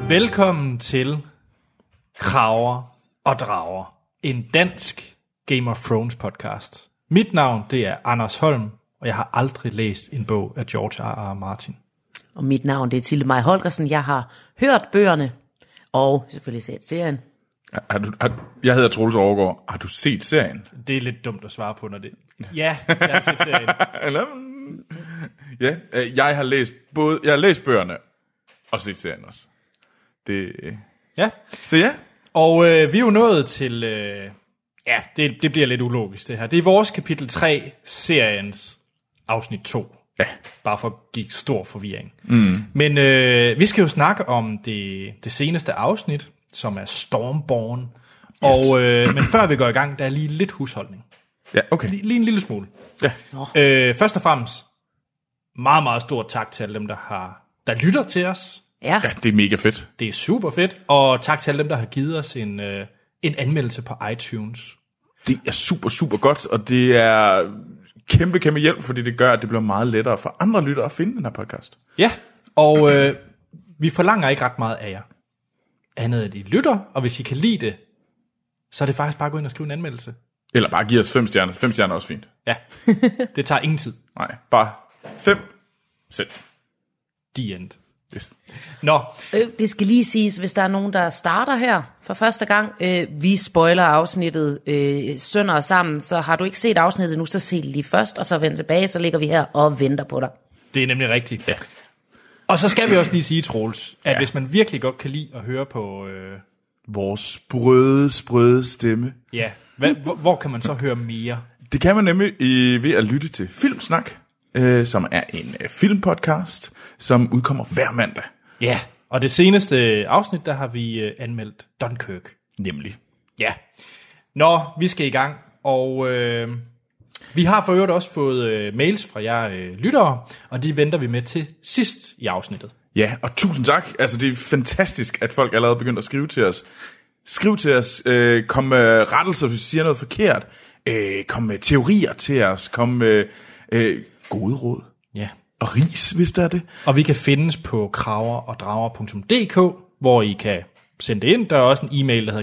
Velkommen til Kraver og Drager, en dansk Game of Thrones podcast. Mit navn, det er Anders Holm, og jeg har aldrig læst en bog af George R. R. Martin. Og mit navn, det er Tille Maj Holgersen. Jeg har hørt bøgerne, og selvfølgelig set serien. Jeg hedder Troels Overgaard. Har du set serien? Det er lidt dumt at svare på, når det... Ja, jeg har set serien. Ja, jeg har læst bøgerne og set serien også. Ja. Så ja. Og vi er jo nået til... det bliver lidt ulogisk, det her. Det er vores kapitel 3, seriens afsnit 2. Ja. Bare for at give stor forvirring. Men vi skal jo snakke om det seneste afsnit, som er Stormborn. Yes. Og, men før vi går i gang, der er lige lidt husholdning. Ja, okay. Lige en lille smule. Ja. Først og fremmest, meget, meget stort tak til alle dem, der lytter til os. Ja, det er mega fedt. Det er super fedt. Og tak til alle dem, der har givet os en anmeldelse på iTunes. Det er super, super godt, og det er kæmpe hjælp, fordi det gør, at det bliver meget lettere for andre lyttere at finde den her podcast. Ja, og vi forlanger ikke ret meget af jer. Andet at I lytter, og hvis I kan lide det, så er det faktisk bare at gå ind og skrive en anmeldelse. Eller bare give os 5 stjerner. 5 stjerner er også fint. Ja, det tager ingen tid. Nej, bare 5 selv. The end. Yes. Nå. Det skal lige siges, hvis der er nogen, der starter her for første gang. Vi spoiler afsnittet sønder og sammen, så har du ikke set afsnittet nu, så se det lige først, og så vend tilbage, så ligger vi her og venter på dig. Det er nemlig rigtigt. Ja. Og så skal vi også lige sige, Troels, at hvis man virkelig godt kan lide at høre på... vores sprøde stemme. Ja, hvor kan man så høre mere? Det kan man nemlig ved at lytte til Filmsnak, som er en filmpodcast, som udkommer hver mandag. Ja, og det seneste afsnit, der har vi anmeldt Dunkirk. Nemlig. Ja. Nå, vi skal i gang, og vi har for øvrigt også fået mails fra jer lyttere, og de venter vi med til sidst i afsnittet. Ja, og tusind tak. Altså, det er fantastisk, at folk allerede begynder at skrive til os. Skriv til os, kom med rettelser, hvis vi siger noget forkert. Kom med teorier til os. Kom med gode råd. Ja. Og ris, hvis der er det. Og vi kan findes på kraveroddrager.dk, hvor I kan sende det ind. Der er også en e-mail, der hedder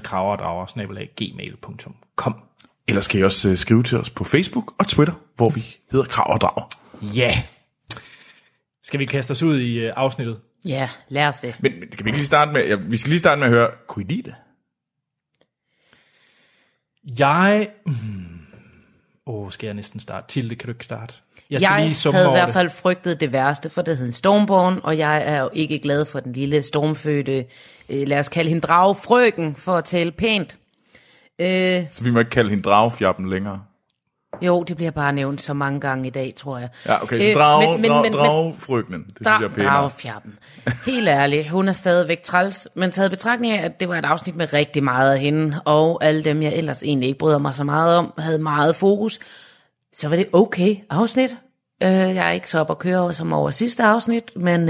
kraveroddrager@gmail.com. Ellers kan I også skrive til os på Facebook og Twitter, hvor vi hedder Krav og Drager. Ja. Skal vi kaste os ud i afsnittet? Ja, lad os det. Men kan vi ikke lige starte med, vi skal lige starte med at høre, kunne I lide det? Skal jeg næsten starte? Tilde, kan du ikke starte? Jeg havde i hvert fald frygtet det værste, for det hed Stormborn, og jeg er jo ikke glad for den lille stormfødte, lad os kalde hende dragefrøken, for at tale pænt. Så vi må ikke kalde hende dragefjappen længere? Jo, det bliver bare nævnt så mange gange i dag, tror jeg. Ja, okay, så dragefrøkenen, det synes jeg er pænere. Dragefjappen. Helt ærligt, hun er stadigvæk træls, men taget betragtning af, at det var et afsnit med rigtig meget af hende, og alle dem, jeg ellers egentlig ikke bryder mig så meget om, havde meget fokus, så var det okay afsnit. Jeg er ikke så op at køre som over sidste afsnit, men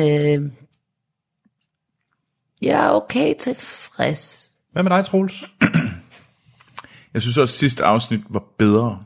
jeg er okay tilfreds. Hvad med dig, Troels? Jeg synes også, at sidste afsnit var bedre.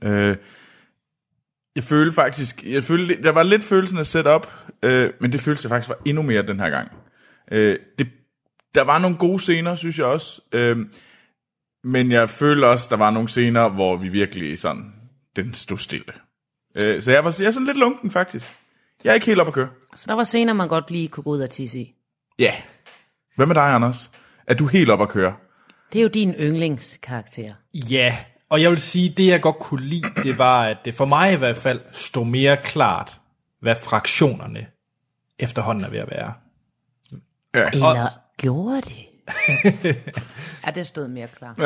Jeg følte, der var lidt følelsen af setup, men det føltes faktisk var endnu mere den her gang. Der var nogle gode scener, synes jeg også, men jeg følte også, der var nogle scener, hvor vi virkelig sådan, den stod stille. Så jeg er sådan lidt lunken faktisk. Jeg er ikke helt op at køre. Så der var scener, man godt lige kunne gå ud og tisse i. Ja. Yeah. Hvad med dig, Anders? Er du helt op at køre? Det er jo din yndlingskarakter. Ja, og jeg vil sige, det jeg godt kunne lide, det var, at det for mig i hvert fald stod mere klart, hvad fraktionerne efterhånden er ved at være. Ja. Eller gjorde det? Ja, det stod mere klart.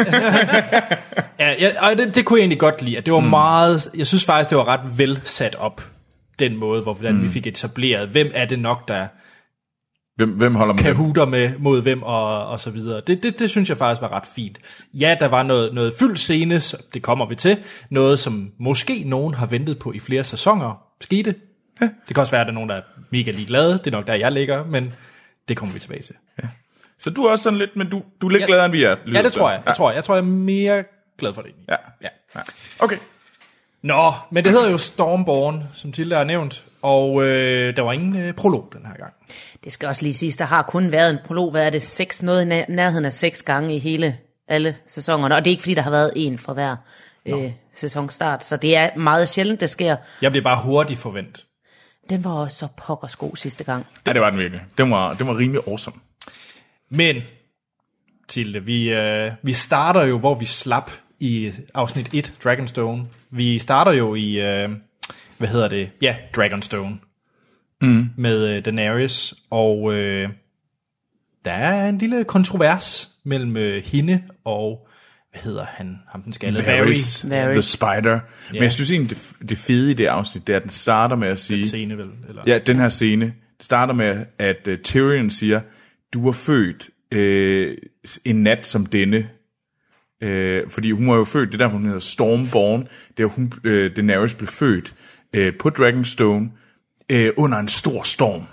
Og det kunne jeg egentlig godt lide, at det var meget, jeg synes faktisk, det var ret vel sat op, den måde, hvordan vi fik etableret, hvem er det nok, der Hvem holder med kahuter mod hvem og så videre. Det synes jeg faktisk var ret fint. Ja, der var noget fyldt scene, det kommer vi til. Noget, som måske nogen har ventet på i flere sæsoner. Skete. Ja. Det kan også være, at der er nogen, der er mega ligeglade. Det er nok der, jeg ligger, men det kommer vi tilbage til. Ja. Så du er også sådan lidt, men du er lidt gladere, end vi er. Ja, det tror jeg. Jeg tror, jeg er mere glad for det. Ja. Okay. Nå, men det hedder jo Stormborn, som tidligere er nævnt, og der var ingen prolog den her gang. Det skal også lige siges, der har kun været en prolog, hvad er det, 6, noget i nærheden af 6 gange i alle sæsonerne, og det er ikke fordi, der har været en for hver sæsonstart, så det er meget sjældent, det sker. Jeg bliver bare hurtigt forventet. Den var også så pokkers god sidste gang. Ja, det var den virkelig. Den var rimelig awesome. Men, Tilde, vi starter jo, hvor vi slap i afsnit 1, Dragonstone. Vi starter jo i, Dragonstone. Med Daenerys, og der er en lille kontrovers mellem hende og, ham den skaldede? Varys, The Spider. Yeah. Men jeg synes egentlig, det fede i det afsnit, det er, at den starter med at sige... Den scene vel? Eller? Ja, den her scene. Det starter med, at Tyrion siger, du var født en nat som denne. Fordi hun var jo født, det er derfor hun hedder Stormborn. Det er Daenerys blev født på Dragonstone under en stor storm.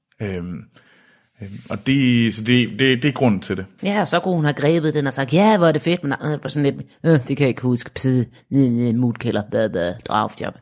Og det er grunden til det. Ja, og så kunne hun have grebet den og sagt, ja, hvor er det fedt, men var sådan lidt, det kan jeg ikke huske, mutkælder, dragfjob.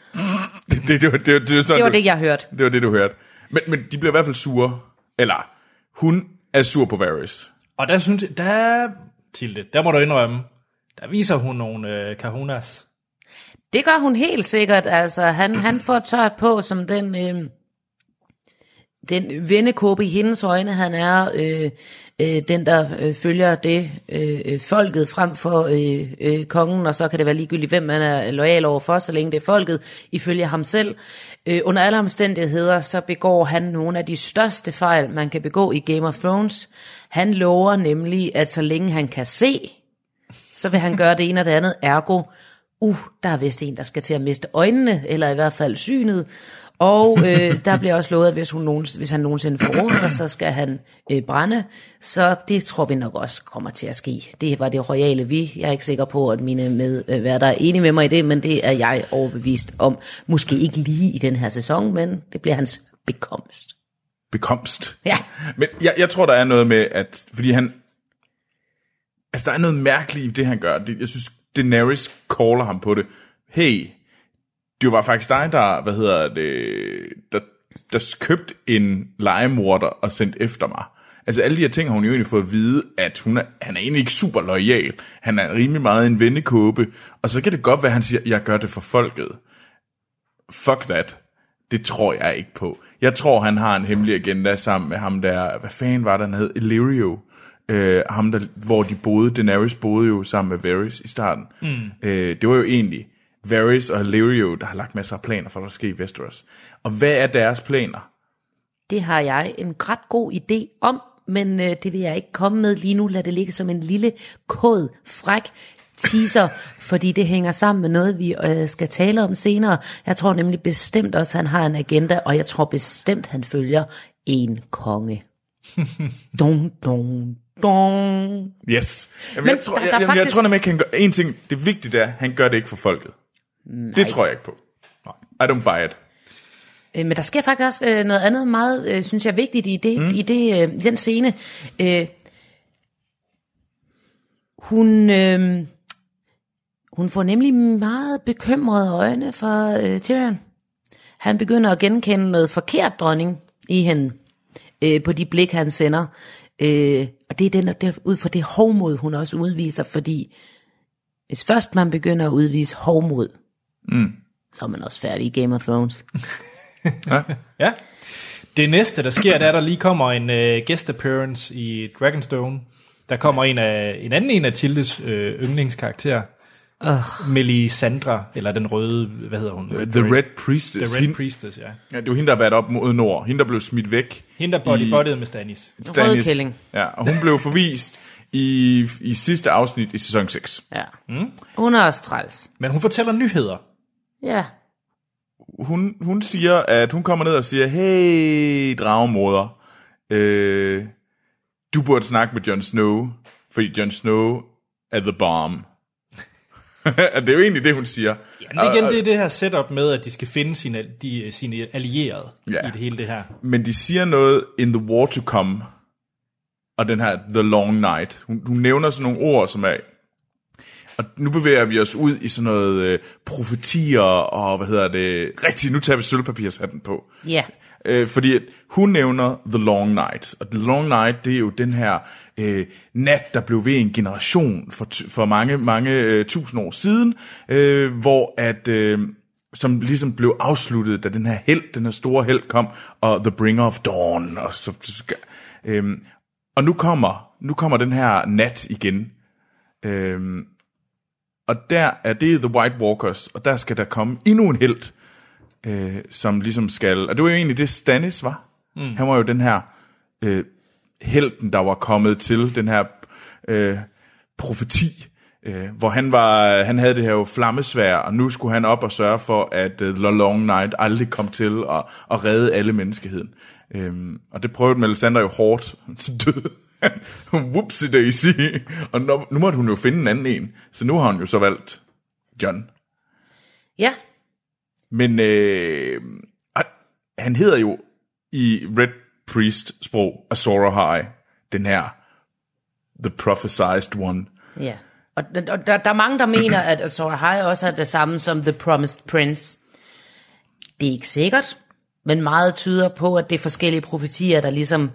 Det var det, jeg hørte. Det var det, du hørte. Men de bliver i hvert fald sure, eller hun er sur på Varys. Og der synes jeg, der må du indrømme, der viser hun nogle kahunas. Det gør hun helt sikkert, altså han får tørt på som den vendekåbe i hendes øjne, han er den, der følger det folket frem for kongen, og så kan det være ligegyldigt, hvem man er loyal overfor, så længe det er folket, ifølge ham selv. Under alle omstændigheder, så begår han nogle af de største fejl, man kan begå i Game of Thrones. Han lover nemlig, at så længe han kan se, så vil han gøre det ene og det andet, ergo, der er vist en, der skal til at miste øjnene, eller i hvert fald synet. Og der bliver også lovet, at hvis han nogensinde får ordet, så skal han brænde. Så det tror vi nok også kommer til at ske. Det var det royale vi. Jeg er ikke sikker på, at mine medværter er enige med mig i det, men det er jeg overbevist om. Måske ikke lige i den her sæson, men det bliver hans bekomst. Bekomst? Ja. Men jeg tror, der er noget med, at fordi han... Altså, der er noget mærkeligt i det, han gør. Jeg synes, Daenerys caller ham på det. Hey, det var faktisk dig, der købte en legemorder og sendt efter mig. Altså alle de her ting har hun jo egentlig fået at vide, at han er egentlig ikke super loyal. Han er rimelig meget en vennekåbe. Og så kan det godt være, at han siger, jeg gør det for folket. Fuck that. Det tror jeg ikke på. Jeg tror, han har en hemmelig agenda sammen med ham der, hvad fanden var der, han hed? Illyrio. Ham der, hvor de boede, Daenerys boede jo sammen med Varys i starten. Det var jo egentlig Varys og Illyrio, der har lagt masser af planer for, hvad der sker i Westeros. Og hvad er deres planer? Det har jeg en ret god idé om, men det vil jeg ikke komme med lige nu. Lad det ligge som en lille, kod, fræk teaser, fordi det hænger sammen med noget, vi skal tale om senere. Jeg tror nemlig bestemt også, han har en agenda, og jeg tror bestemt, han følger en konge. Dun, dun, dun. Yes. Jamen, jeg tror nemlig, at han gør en ting. Det vigtige er, at han gør det ikke for folket. Nej. Det tror jeg ikke på. I don't buy it. Men der sker faktisk også noget andet meget, synes jeg, vigtigt i den scene. Hun får nemlig meget bekymrede øjne for Tyrion. Han begynder at genkende noget forkert dronning i hende, på de blik, han sender. Og det er ud fra det hovmod, hun også udviser, fordi hvis først man begynder at udvise hovmod, så er man også færdig i Game of Thrones. Ja. Det næste, der sker, det er, der lige kommer en guest appearance i Dragonstone. Der kommer en af Tildes yndlingskarakterer. Melisandre, eller den røde, hvad hedder hun? Red Priestess. The Red Priestess, ja. Ja, det var hende, der har været op mod nord. Hende, der blev smidt væk. Hende, der bodybuddede med Stannis. Røde kælling. Ja, og hun blev forvist i sidste afsnit i sæson 6. Ja. Hun er også træls. Men hun fortæller nyheder. Ja. Hun siger, at hun kommer ned og siger, hey, dragemoder, du burde snakke med Jon Snow, fordi Jon Snow er the bomb. Det er jo egentlig det, hun siger. Ja, men igen, det er det her setup med, at de skal finde sine allierede i det hele det her. Men de siger noget, in the war to come, og den her, the long night. Hun nævner sådan nogle ord, som er... Og nu bevæger vi os ud i sådan noget profetier og, rigtigt, nu tager vi sølvpapirshatten på. Ja. Fordi hun nævner The Long Night, og The Long Night, det er jo den her nat, der blev ved en generation for mange tusind år siden, hvor at som ligesom blev afsluttet, da den her store held kom, og The Bringer of Dawn, og nu kommer den her nat igen, og der er det The White Walkers, og der skal der komme endnu en helt, som ligesom skal, og det var jo egentlig det Stannis var. Han var jo den her helten, der var kommet til den her profeti, hvor han havde det her jo flammesvær, og nu skulle han op og sørge for, at The Long Night aldrig kom til at redde alle menneskeheden. Og det prøvede Melisandre jo hårdt, så døde whoopsie daisy, og nu måtte hun jo finde en anden en, så nu har hun jo så valgt Jon. Ja. Men han hedder jo i Red Priest sprog Azor Ahai, den her The Prophesied One. Ja. Og der er mange, der mener, at Azor Ahai også er det samme som The Promised Prince. Det er ikke sikkert, men meget tyder på, at det er forskellige profetier, der ligesom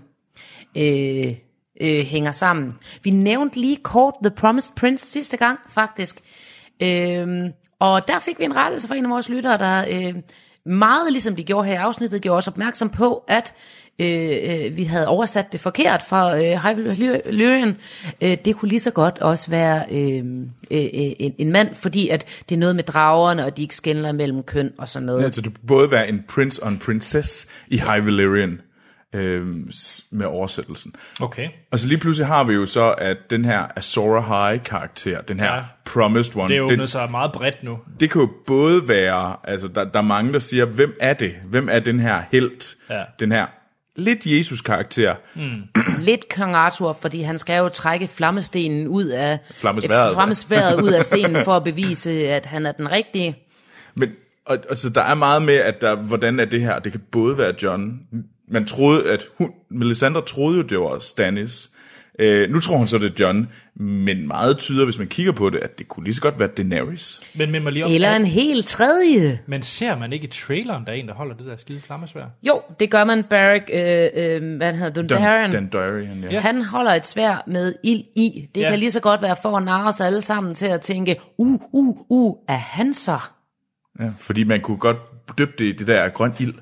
hænger sammen. Vi nævnte lige kort The Promised Prince sidste gang, faktisk. Og der fik vi en rettelse fra en af vores lyttere, der meget ligesom de gjorde her i afsnittet, gjorde os opmærksom på, at vi havde oversat det forkert fra High Valyrian. Det kunne lige så godt også være en mand, fordi at det er noget med dragerne, og de ikke skelner mellem køn og sådan noget. Ja, altså det kunne både være en prince og en princess i High Valyrian med oversættelsen. Okay. Og så lige pludselig har vi jo så, at den her Azor Ahai-karakter, den her Promised One, det er jo så meget bredt nu. Det kan jo både være, altså der er mange, der siger, hvem er det? Hvem er den her helt? Ja. Den her lidt Jesus-karakter. Lidt Kong Arthur, fordi han skal jo trække flammestenen ud af flammesværet ud af stenen for at bevise, at han er den rigtige. Men altså, der er meget med, at hvordan er det her? Det kan både være Jon. Man troede, at Melisandre troede jo, det var Stannis. Nu tror hun så, det er Jon, men meget tyder, hvis man kigger på det, at det kunne lige så godt være Daenerys. Eller en helt tredje. Men ser man ikke i traileren, der er en, der holder det der skide flammesvær? Jo, det gør man. Beric, hvad hedder Dondarrion, ja. Han holder et svær med ild i. Det kan lige så godt være for at narre os alle sammen til at tænke, er han så? Ja, fordi man kunne godt døbe det i det der grøn ild.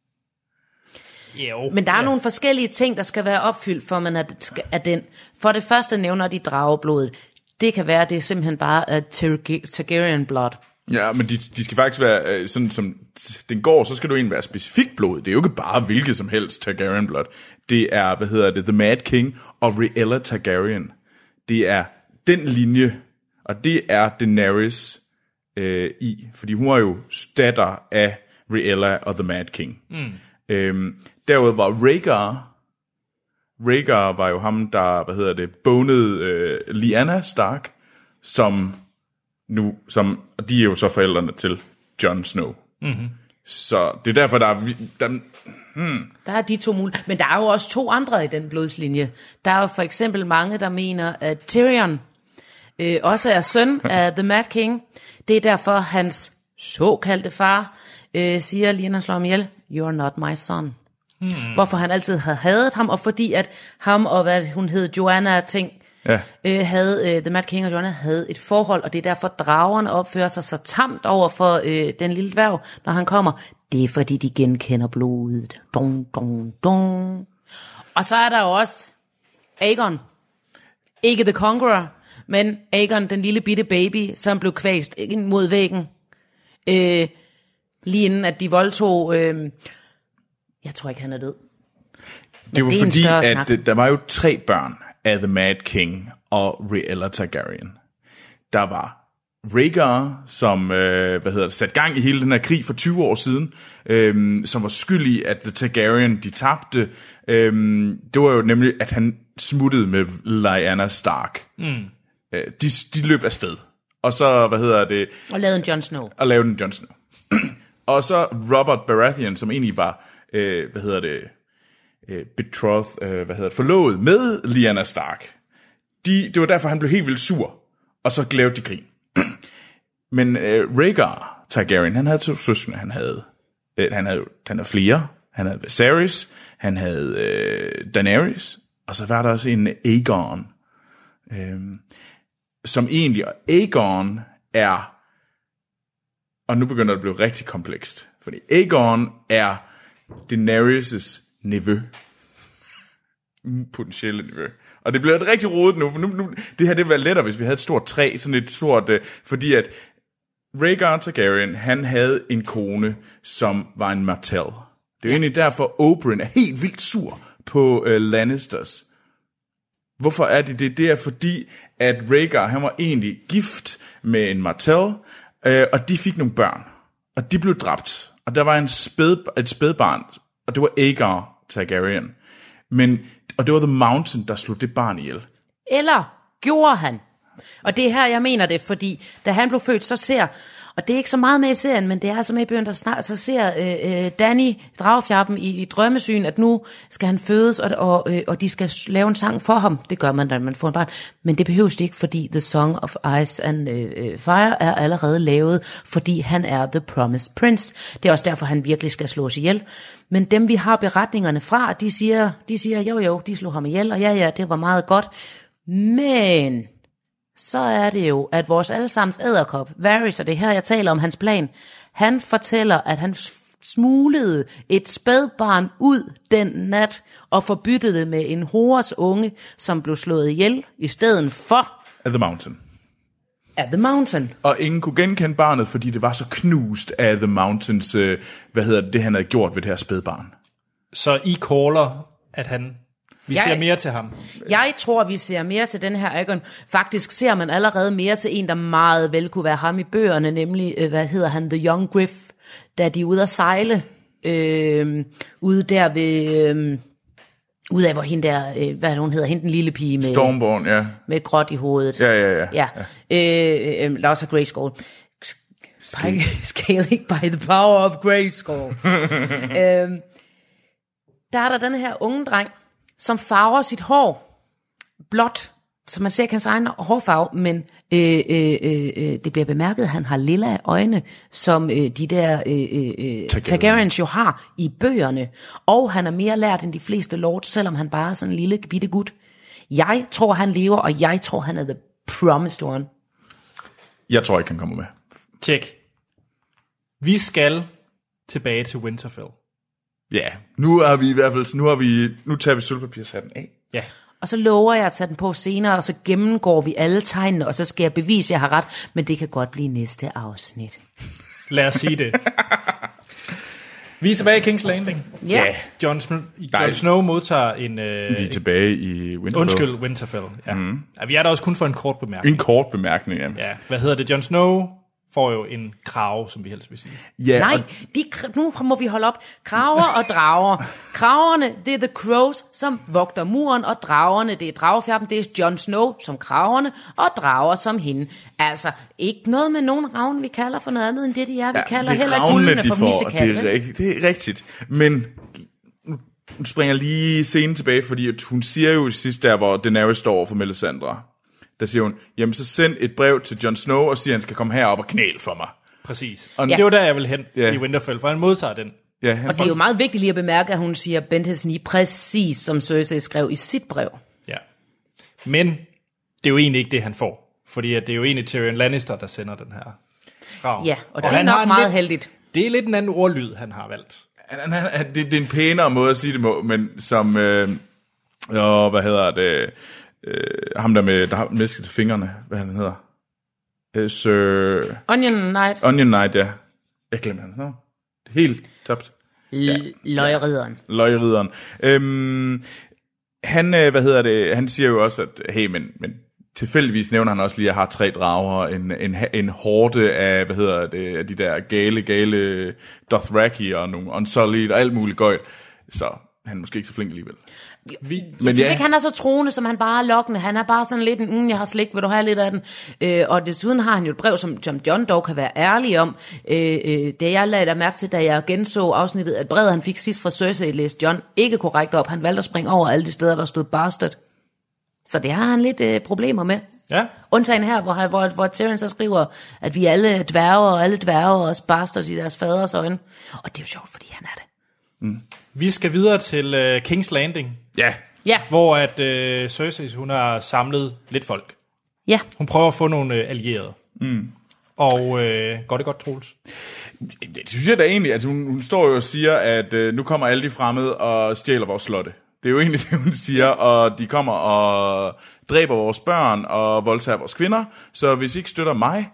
Jo, men der er nogle forskellige ting, der skal være opfyldt, for man er den. For det første nævner de drageblodet. Det kan være, det er simpelthen bare Targaryen blood. Ja, men de skal faktisk være, sådan som den går, så skal du egentlig være specifikt blod. Det er jo ikke bare hvilket som helst Targaryen blood. Det er, The Mad King og Rhaella Targaryen. Det er den linje, og det er Daenerys fordi hun er jo datter af Rhaella og The Mad King. Derudover var Rhaegar var jo ham, der, bonede Lyanna Stark, som de er jo så forældrene til Jon Snow. Mm-hmm. Så det er derfor, der er de to muligheder. Men der er jo også to andre i den blodslinje. Der er jo for eksempel mange, der mener, at Tyrion også er søn af The Mad King. Det er derfor, hans såkaldte far siger, lige når han slår ham ihjel, "You're not my son." Hvorfor han altid havde hadet ham, og fordi at ham og hvad hun hed, Joanna havde The Mad King og Joanna havde et forhold, og det er derfor dragerne opfører sig så tamt over for den lille dværg, når han kommer. Det er fordi de genkender blodet. Dun, dun, dun. Og så er der jo også Aegon. Ikke The Conqueror, men Aegon, den lille bitte baby, som blev kvæst ind mod væggen. Lige inden at de voldtog. Jeg tror ikke, han er død. Det var fordi, at der var jo 3 børn af The Mad King og Rhaella Targaryen. Der var Rhaegar, som satte gang i hele den her krig for 20 år siden, som var skyld i, at The Targaryen, de tabte. Det var jo nemlig, at han smuttede med Lyanna Stark. De løb afsted. Og så, og lavede en Jon Snow. Og så Robert Baratheon, som egentlig var, betrothed, forlovet med Lyanna Stark. Det var derfor, han blev helt vildt sur, og så lavede de grin. Men Rhaegar Targaryen, han havde 2 søskende. Han havde flere. Han havde Viserys, han havde Daenerys, og så var der også en Aegon, som egentlig, Aegon er, og nu begynder det at blive rigtig komplekst, fordi Aegon er Daenerys' nevø. Potentielle nevø. Og det bliver et rigtig rodet nu. Det her, det ville være lettere, hvis vi havde et stort træ, sådan et stort, fordi at Rhaegar Targaryen, han havde en kone, som var en Martell. Det er jo egentlig derfor, Oberyn er helt vildt sur på Lannisters. Hvorfor er de det? Det er fordi, at Rhaegar, han var egentlig gift med en Martell, og de fik nogle børn. Og de blev dræbt. Og der var et spædbarn, og det var Aegar Targaryen. Og det var The Mountain, der slog det barn ihjel. Eller gjorde han? Og det er her, jeg mener det, fordi da han blev født, så ser, og det er ikke så meget med i serien, men det er altså med i bøgerne, der snart, så ser Danny, dragefjappen, i drømmesyn, at nu skal han fødes, og de skal lave en sang for ham. Det gør man, da man får en barn. Men det behøves det ikke, fordi The Song of Ice and Fire er allerede lavet, fordi han er The Promised Prince. Det er også derfor, han virkelig skal slås ihjel. Men dem, vi har beretningerne fra, de siger jo, de slog ham ihjel, og ja, det var meget godt. Men så er det jo, at vores allesammens edderkop, Varys, og det her, jeg taler om hans plan, han fortæller, at han smuglede et spædbarn ud den nat, og forbyttede det med en hores unge, som blev slået ihjel, i stedet for At The Mountain. At The Mountain. Og ingen kunne genkende barnet, fordi det var så knust af The Mountains, det han havde gjort ved det her spædbarn. Så I caller, at vi ser mere til ham? Jeg tror, vi ser mere til den her Aegon. Faktisk ser man allerede mere til en, der meget vel kunne være ham i bøgerne, nemlig, The Young Griff, da de er ude at sejle, ude der ved, ude af hvor hende der, hvad hun hedder, hende den lille pige med Stormborn, ja. Med gråt i hovedet. Ja. Larsa Grayskull. Scaling by the power of Grayskull. Der er der den her unge dreng, som farver sit hår blåt, så man ser ikke hans egen hårfarve, men det bliver bemærket, at han har lilla øjne, som de der Targaryens jo har i bøgerne, og han er mere lært end de fleste lords, selvom han bare er sådan en lille bitte gut. Jeg tror, han lever, og jeg tror, han er the promised one. Jeg tror ikke, han kommer med. Tjek. Vi skal tilbage til Winterfell. Ja, nu tager vi sølvpapirshatten af. Ja. Og så lover jeg at tage den på senere, og så gennemgår vi alle tegnene, og så skal jeg bevise, at jeg har ret, men det kan godt blive næste afsnit. Lad os sige det. Vi er tilbage i King's Landing. Ja. Jon Snow modtager en... Vi er tilbage i Winterfell. Undskyld, Winterfell. Ja. Ja, vi er der også kun for en kort bemærkning. En kort bemærkning, ja. Jon Snow får jo en krave, som vi helst vil sige. Ja, nej, nu må vi holde op. Kraver og drager. Kraverne, det er The Crows, som vogter muren, og dragerne, det er dragefjappen, det er Jon Snow som kraverne, og drager som hende. Altså, ikke noget med nogen ravne, vi kalder for noget andet end det, de er. Vi kalder heller ikke guldene for missekalve. Det er rigtigt. Men nu springer lige scenen tilbage, fordi at hun siger jo sidst der, hvor Daenerys står over for Melisandre. Der siger hun, jamen så send et brev til Jon Snow, og siger, at han skal komme herop og knæle for mig. Præcis. Og det var der, jeg vil hen i Winterfell, for han modtager den. Ja, og det er jo meget vigtigt lige at bemærke, at hun siger Bent Hesni præcis som Cersei skrev i sit brev. Ja. Men det er jo egentlig ikke det, han får. Fordi at det er jo egentlig Tyrion Lannister, der sender den her krav. Ja, og det er nok meget heldigt. Det er lidt en anden ordlyd, han har valgt. Det er en pænere måde at sige det på, men som... ham der har misket fingrene, hvad han hedder? Sir... Onion Knight, ja. Jeg glemte hans navn. Helt tabt. Løgridderen. Han siger jo også, at hey, men tilfældigvis nævner han også lige, at jeg har 3 drager, en horde af, af de der gale Dothraki og nogle Unsullied og alt muligt gøjt. Så han er måske ikke så flink alligevel. Jeg synes ikke, han er så troende, som han bare er lokkende. Han er bare sådan lidt jeg har slik, vil du have lidt af den? Og desuden har han jo et brev, som Jon dog kan være ærlig om. Det jeg lagde der mærke til, da jeg genså afsnittet, at brevet han fik sidst fra Cersei, læste Jon ikke korrekt op. Han valgte at springe over alle de steder, der stod bastard. Så det har han lidt problemer med. Ja. Undtagen her, hvor Tyrion så skriver, at vi er alle dværge, og alle dværge også bastards i deres faders øjne. Og det er jo sjovt, fordi han er det. Vi skal videre til King's Landing. Ja. Ja, Hvor at Cersei, hun har samlet lidt folk. ja. Hun prøver at få nogle allierede. Og går det godt, Troels? Det synes jeg da egentlig, at hun står jo og siger, at nu kommer alle de fremmede og stjæler vores slotte. Det er jo egentlig det, hun siger, og de kommer og dræber vores børn og voldtager vores kvinder, så hvis I ikke støtter mig,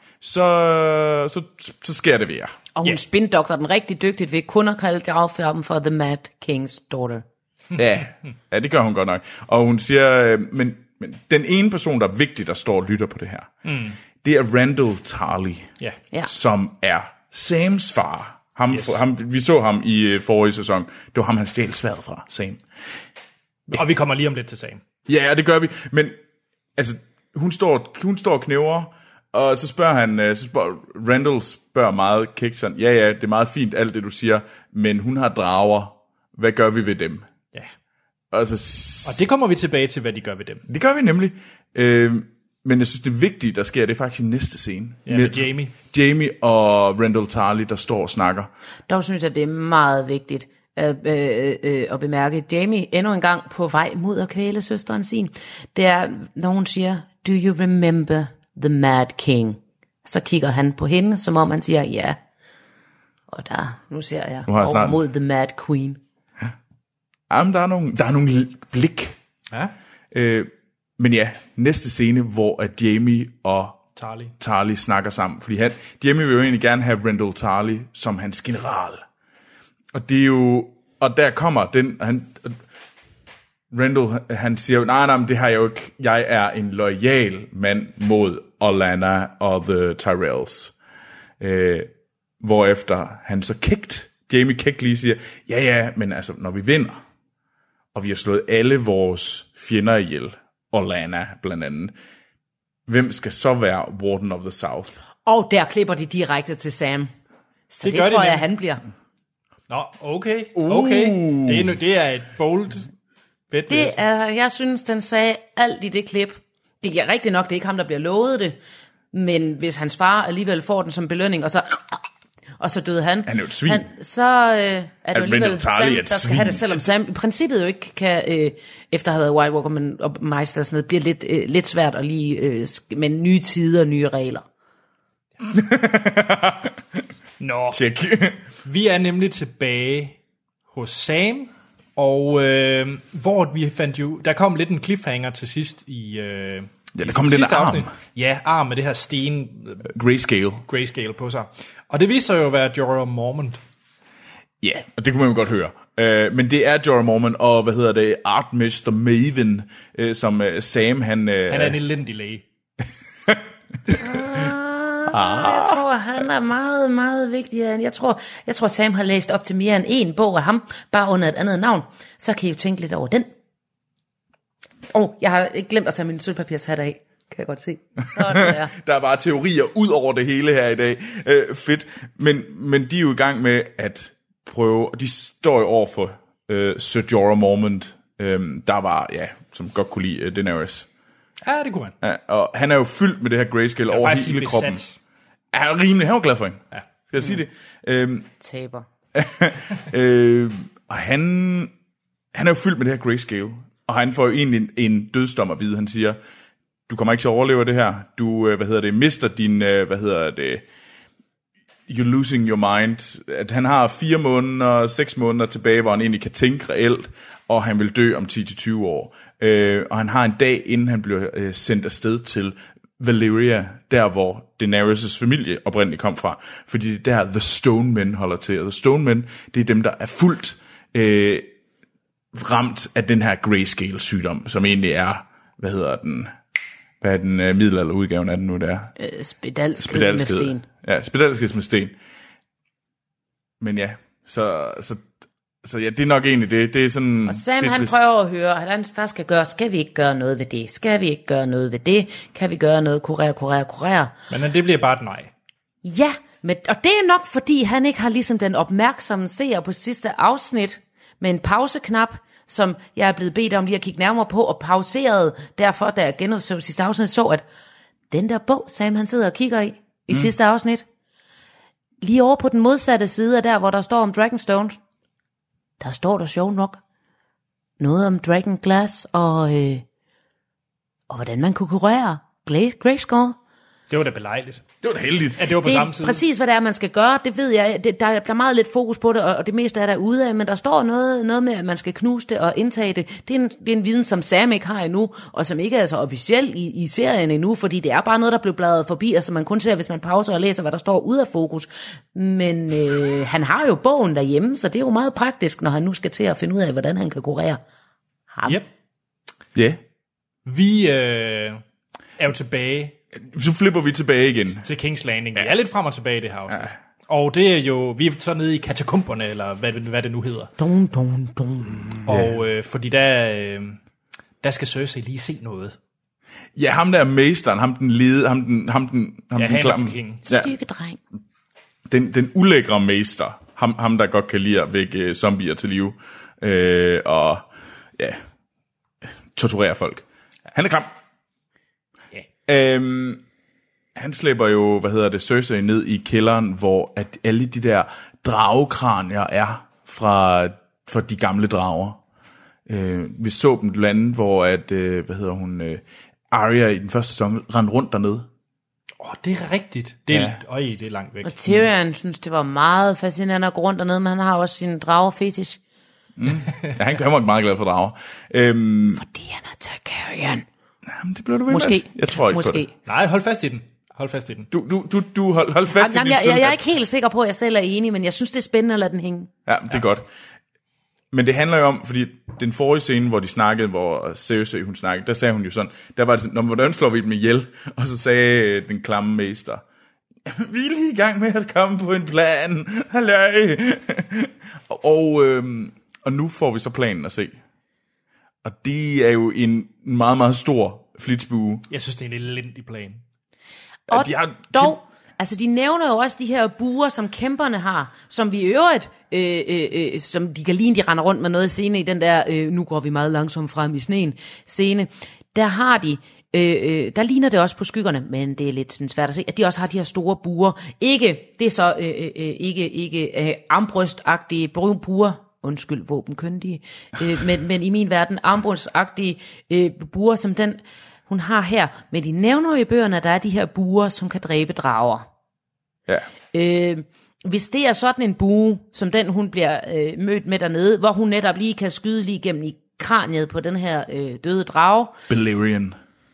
så sker det ved jer. Og hun spindokter den rigtig dygtigt ved kun at kalde Draugr for The Mad King's Daughter. Ja, det gør hun godt nok. Og hun siger, men den ene person, der er vigtig, der står og lytter på det her, det er Randyll Tarly, Ja. som er Sams far. Vi så ham i forrige sæson. Det var ham, han stjal sværdet fra, Sam. Og vi kommer lige om lidt til sagen. Ja, det gør vi. Men altså, hun står og knæver, og så Randyll spørger meget kægt sådan, ja, det er meget fint alt det, du siger, men hun har drager. Hvad gør vi ved dem? Ja. Og det kommer vi tilbage til, hvad de gør ved dem. Det gør vi nemlig. Men jeg synes, det vigtige, der sker, det er faktisk i næste scene. Ja, med Jamie. Jamie og Randyll Tarly, der står og snakker. Dog synes jeg, det er meget vigtigt at bemærke. Jamie endnu en gang på vej mod at kvæle søsteren sin. Det er, når hun siger, do you remember the Mad King? Så kigger han på hende, som om han siger, ja. Og nu ser jeg over mod the Mad Queen. Jamen, der er nogle blik. Ja. Men ja, næste scene, hvor at Jamie og Tarly snakker sammen. Fordi Jamie vil jo egentlig gerne have Randyll Tarly som hans general. Og det er jo... Og der kommer den... Randyll, han siger jo, nej, det har jeg jo ikke. Jeg er en loyal mand mod Olenna og The Tyrells. Hvorefter han så Jamie kægt lige siger, ja, men altså, når vi vinder, og vi har slået alle vores fjender ihjel, Olenna blandt andet, hvem skal så være Warden of the South? Og der klipper de direkte til Sam. Så det tror jeg, han bliver. Nå, okay. Det er et bold bet. Jeg synes, den sagde alt i det klip. Det er rigtigt nok, det er ikke ham, der bliver lovet det. Men hvis hans far alligevel får den som belønning, og så døde han. Han er jo et svin. Så er det jo alligevel Sam, der skal have det, selvom Sam i princippet jo ikke kan, efter at have været White Walker og Meister og sådan noget, bliver lidt svært at lige med nye tider og nye regler. Nå, check. Vi er nemlig tilbage hos Sam, og hvor vi fandt jo, der kom lidt en cliffhanger til sidst i der kom den arm. Afsnit. Ja, arm med det her sten grayscale på sig. Og det viser sig jo at være Jorah Mormont. Ja, og det kunne man jo godt høre. Men det er Jorah Mormont og Artmester Maven, som Sam han er en elendig læge. Jeg tror, han er meget, meget vigtigere. Jeg tror, Sam har læst op til mere end en bog af ham, bare under et andet navn. Så kan I jo tænke lidt over den. Jeg har ikke glemt at tage min sølvpapirshat af. Kan jeg godt se. Der er bare teorier ud over det hele her i dag. Fedt. Men de er jo i gang med at prøve, og de står jo over for Sir Jorah Mormont, der var, som godt kunne lide Daenerys. Ja, det kunne han. Ja, og han er jo fyldt med det her grayscale over hele kroppen. Han var glad for hende. Ja. Skal jeg sige det? Taber. Og han er jo fyldt med det her grayscale. Og han får jo egentlig en dødsdom at vide. Han siger, du kommer ikke til at overleve det her. Du, mister din, you're losing your mind. At han har 6 måneder tilbage, hvor han egentlig kan tænke reelt, og han vil dø om 10-20 år. Og han har en dag, inden han bliver sendt afsted til Valyria, der hvor Daenerys' familie oprindeligt kom fra. Fordi det der The Stone Men holder til. Og The Stone Men, det er dem, der er fuldt ramt af den her grayscale sygdom, som egentlig er, hvad er den middelalderudgaven af den nu, der? Spedalskhed med sten. Ja, spedalskhed med sten. Men ja, så ja, det er nok egentlig det. Det er sådan. Og Sam, han prøver at høre, at der skal gøres. Skal vi ikke gøre noget ved det? Skal vi ikke gøre noget ved det? Kan vi gøre noget? Kurere. Men det bliver bare et nej. Ja, og det er nok, fordi han ikke har ligesom den opmærksomme seer på sidste afsnit med en pauseknap, som jeg er blevet bedt om lige at kigge nærmere på, og pauseret derfor, da jeg genudså sidste afsnit, så at den der bog, Sam han sidder og kigger i sidste afsnit, lige over på den modsatte side af der, hvor der står om Dragonstone, der står der sjovt nok noget om Dragon Glass, og hvordan man kunne kurere Grayskull. Det var da belejligt. Det var da heldigt. At det var på Det samme er side. præcis, hvad det er, man skal gøre. Det ved jeg. Der er meget lidt fokus på det, og det meste er der ude af, men der står noget med, at man skal knuse det og indtage det. Det er en viden, som Sam ikke har endnu, og som ikke er så officiel i serien endnu, fordi det er bare noget, der blev bladret forbi, altså man kun ser, hvis man pauser og læser, hvad der står ude af fokus. Men han har jo bogen derhjemme, så det er jo meget praktisk, når han nu skal til at finde ud af, hvordan han kan kurere ham. Yep. Ja. Yeah. Vi er jo tilbage Så flipper vi tilbage igen. til King's Landing. Vi er lidt frem og tilbage i det her afsnit. Ja. Og det er jo, vi er så nede i katakomberne, eller hvad det nu hedder. Og fordi der skal Cersei lige se noget. Ja, ham der mesteren, ham den lede, ham den klamme. Ja. Styrkedreng. Den ulækre mester, ham der godt kan lide at vække zombier til live, og ja, torturere folk. Han er klam. Han slæber jo, Cersei ned i kælderen, hvor at alle de der dragekranier er fra de gamle drager. Vi så dem lande, hvor at, Arya i den første sæson rendte rundt dernede. Det er rigtigt. Det er, det er langt væk. Og Tyrion synes, det var meget fascinerende at gå rundt dernede, men han har også sin dragerfetish. Ja, han var meget glad for drager. Fordi han er Targaryen. Jamen, det bliver du ved Måske. med. Jeg tror ikke Måske. på det. Nej, hold fast i den. Du Hold fast i din søn. Jeg er ikke helt sikker på, at jeg selv er enig, men jeg synes, det er spændende at lade den hænge. Ja, det er godt. Men det handler jo om, fordi den forrige scene, hvor de snakkede, hvor Cersei hun snakkede, der sagde hun jo sådan, der var det sådan, hvordan slår vi dem ihjel? Og så sagde den klamme mester, vi er lige i gang med at komme på en plan. Halløj. Og nu får vi så planen at se. Og det er jo en meget, meget stor flitsbue. Jeg synes, det er en elendig plan. Og altså de nævner jo også de her buer, som kæmperne har, som vi i øvrigt, som de kan ligne, de render rundt med noget scene i den der, nu går vi meget langsomt frem i sneen scene, der har de, der ligner det også på skyggerne, men det er lidt sådan svært at se, at de også har de her store buer. Ikke, det er så ikke armbrystagtige buer, undskyld, våbenkyndige, men i min verden armbrystagtige buer, som den hun har her, men de nævner i bøgerne, at der er de her buer, som kan dræbe drager. Ja. Hvis det er sådan en bue, som den hun bliver mødt med dernede, hvor hun netop lige kan skyde lige gennem i kraniet på den her døde drage, Balerion.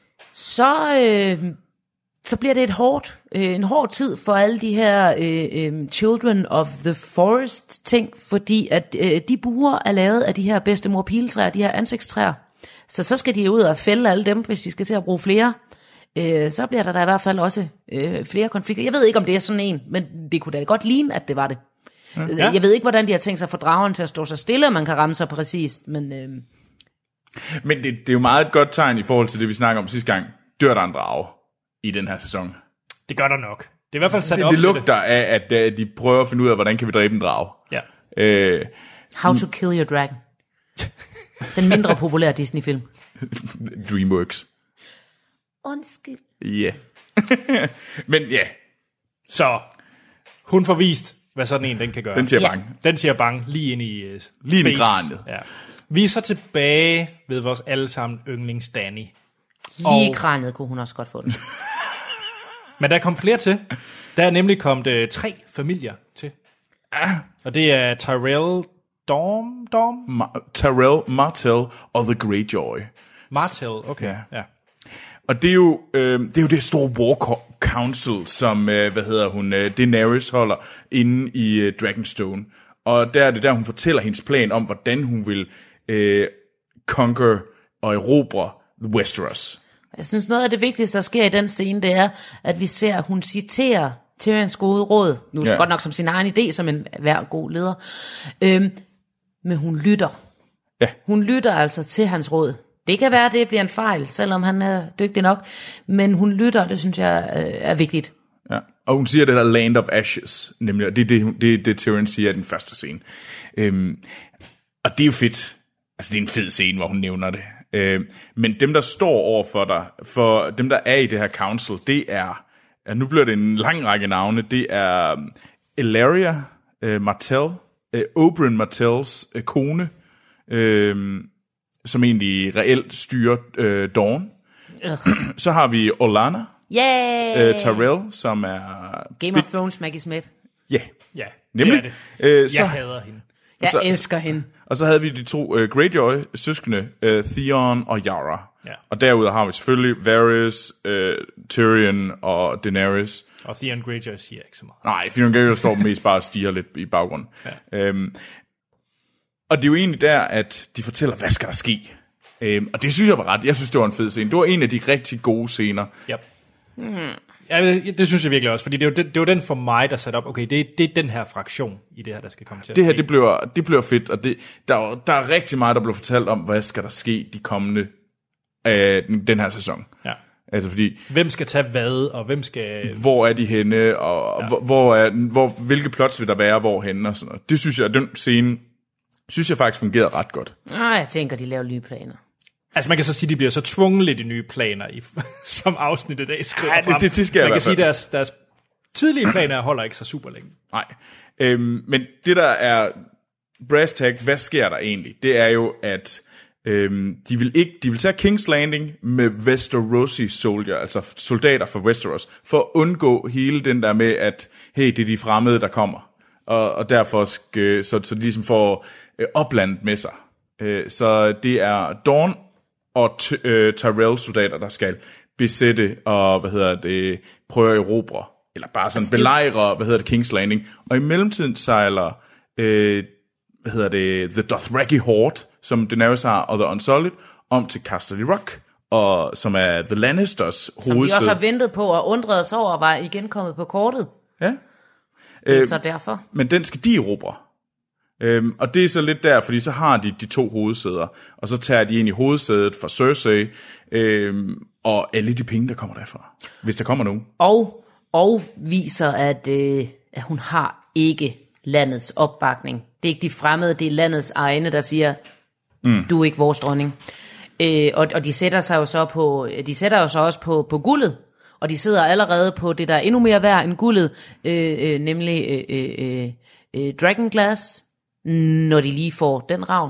så bliver det en hård tid for alle de her Children of the Forest ting, fordi at de buer er lavet af de her bedstemor piletræer, de her ansigtstræer. Så skal de ud og fælde alle dem, hvis de skal til at bruge flere. Så bliver der i hvert fald også flere konflikter. Jeg ved ikke, om det er sådan en, men det kunne da godt ligne, at det var det. Ja. Jeg ved ikke, hvordan de har tænkt sig at få dragen til at stå så stille, og man kan ramme sig præcist, men... Men det er jo meget et godt tegn i forhold til det, vi snakker om sidste gang. Dør der en drage i den her sæson? Det gør der nok. Det er i hvert fald sat op det lugter af, at de prøver at finde ud af, hvordan kan vi dræbe en drage. Ja. How to Kill Your Dragon. Den mindre populære Disney-film. DreamWorks. Undskyld. Ja. Men ja. Så hun får vist, hvad sådan en den kan gøre. Den siger bang. Den siger bang lige ind i lige ind i kraniet. Ja. Vi er så tilbage ved vores allesammen yndlings Dany. Lige i kraniet kunne hun også godt få den. Men der kom flere til. Der er nemlig kommet 3 familier til. Og det er Tyrell, Tyrell, Martell og The Greyjoy. Martell, okay. Ja. Og det er jo det store War Council, som Daenerys holder inde i Dragonstone. Og der er det der, hun fortæller hendes plan om, hvordan hun vil conquer og erobre Westeros. Jeg synes, noget af det vigtigste, der sker i den scene, det er, at vi ser, at hun citerer Tyrions gode råd. Nu er godt nok som sin egen idé, som en hver god leder. Men hun lytter. Ja. Hun lytter altså til hans råd. Det kan være, at det bliver en fejl, selvom han er dygtig nok. Men hun lytter, det synes jeg er vigtigt. Ja. Og hun siger det der Land of Ashes, nemlig. Og det er det Tyrion siger i den første scene. Og det er jo fedt. Altså, det er en fed scene, hvor hun nævner det. Men dem, der står over for dig, for dem, der er i det her council, det er, nu bliver det en lang række navne, det er Elaria Martell, Oberyn Martells kone, som egentlig reelt styrer Dawn. Så har vi Olenna Tyrell, som er... Game of Thrones Maggie Smith. Ja, Ja, nemlig. det er det. Så, Jeg hader hende. Jeg elsker hende. Og så havde vi de 2 Greyjoy-søskende, Theon og Yara. Ja. Og derudover har vi selvfølgelig Varys, Tyrion og Daenerys. Og Theon Greyjoy siger ikke så meget. Nej, Theon Greyjoy står mest bare og stiger lidt i baggrunden. Ja. Og det er jo egentlig der, at de fortæller, hvad skal der ske? Og det synes jeg var ret. Jeg synes, det var en fed scene. Det var en af de rigtig gode scener. Yep. Ja, det synes jeg virkelig også, fordi det var den for mig, der satte op, okay, det er den her fraktion i det her, der skal komme til at Det her, ske. det bliver fedt, og der er rigtig meget, der bliver fortalt om, hvad skal der ske de kommende den her sæson. Ja. Altså fordi, Hvem skal tage hvad, og hvem skal... hvor er de henne, og hvilke plots vil der være, hvorhenne og sådan noget. Det synes jeg, den scene, synes jeg faktisk fungerede ret godt. Jeg tænker, de laver nye planer. Altså man kan så sige, de bliver så tvunget lidt i nye planer, som afsnittet i dag skriver Ja, frem. det skal man jeg kan i sige, hvert deres tidlige planer holder ikke så super længe. Nej. Men det der er brass tag, hvad sker der egentlig? Det er jo, at de vil tage King's Landing med Westerosi soldier, altså soldater fra Westeros, for at undgå hele den der med, at hey, det er de fremmede, der kommer. Og derfor skal, så de ligesom får oplandet med sig. Så det er Dawn og Tyrell-soldater, der skal besætte og, prøve at erobre, eller bare sådan belejre, King's Landing. Og i mellemtiden sejler, The Dothraki Horde, som Daenerys har, og The Unsullied, om til Casterly Rock, og som er The Lannisters hovedsæde. Som vi også har ventet på og undret os over, var igen kommet på kortet. Ja. Det er så derfor. Men den skal de erobre. Og det er så lidt der, fordi så har de 2 hovedsæder, og så tager de ind i hovedsædet for Cersei, og alle de penge, der kommer derfra, hvis der kommer nogen. Og viser, at hun har ikke landets opbakning. Det er ikke de fremmede, det er landets egne, der siger, du er ikke vores dronning. Og de sætter sig jo så på, også på guldet, og de sidder allerede på det, der er endnu mere værd end guldet, nemlig Dragonglass, når de lige får den ravn.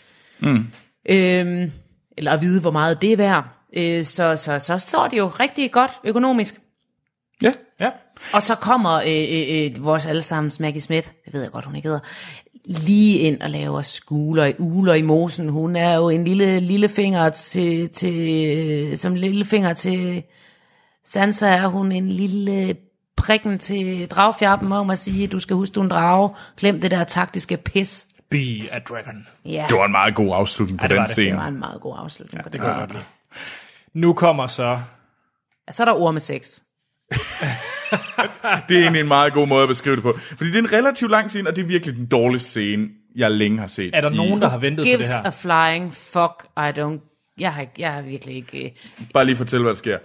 Eller at vide, hvor meget det er værd. Så står det jo rigtig godt økonomisk. Ja. Og så kommer vores allesammens Maggie Smith, det ved jeg godt, hun ikke hedder, lige ind og laver uler i mosen. Hun er jo en lille finger som lille finger til Sansa, er hun en lille prikken til dragfjarpen om at sige, du skal huske, du er en drage, glem det der taktiske pis. Be a dragon. Ja, Det var en meget god afslutning på den scene. det var en meget god afslutning på Det det. kan jeg godt lide. Nu kommer så... Så er der ord med sex. Det er egentlig en meget god måde at beskrive det på. Fordi det er en relativt lang scene, og det er virkelig den dårligste scene, jeg længe har set. Er der nogen, der har ventet på det Gives her? a flying fuck, I don't... Jeg har virkelig ikke... Bare lige fortælle, hvad der sker.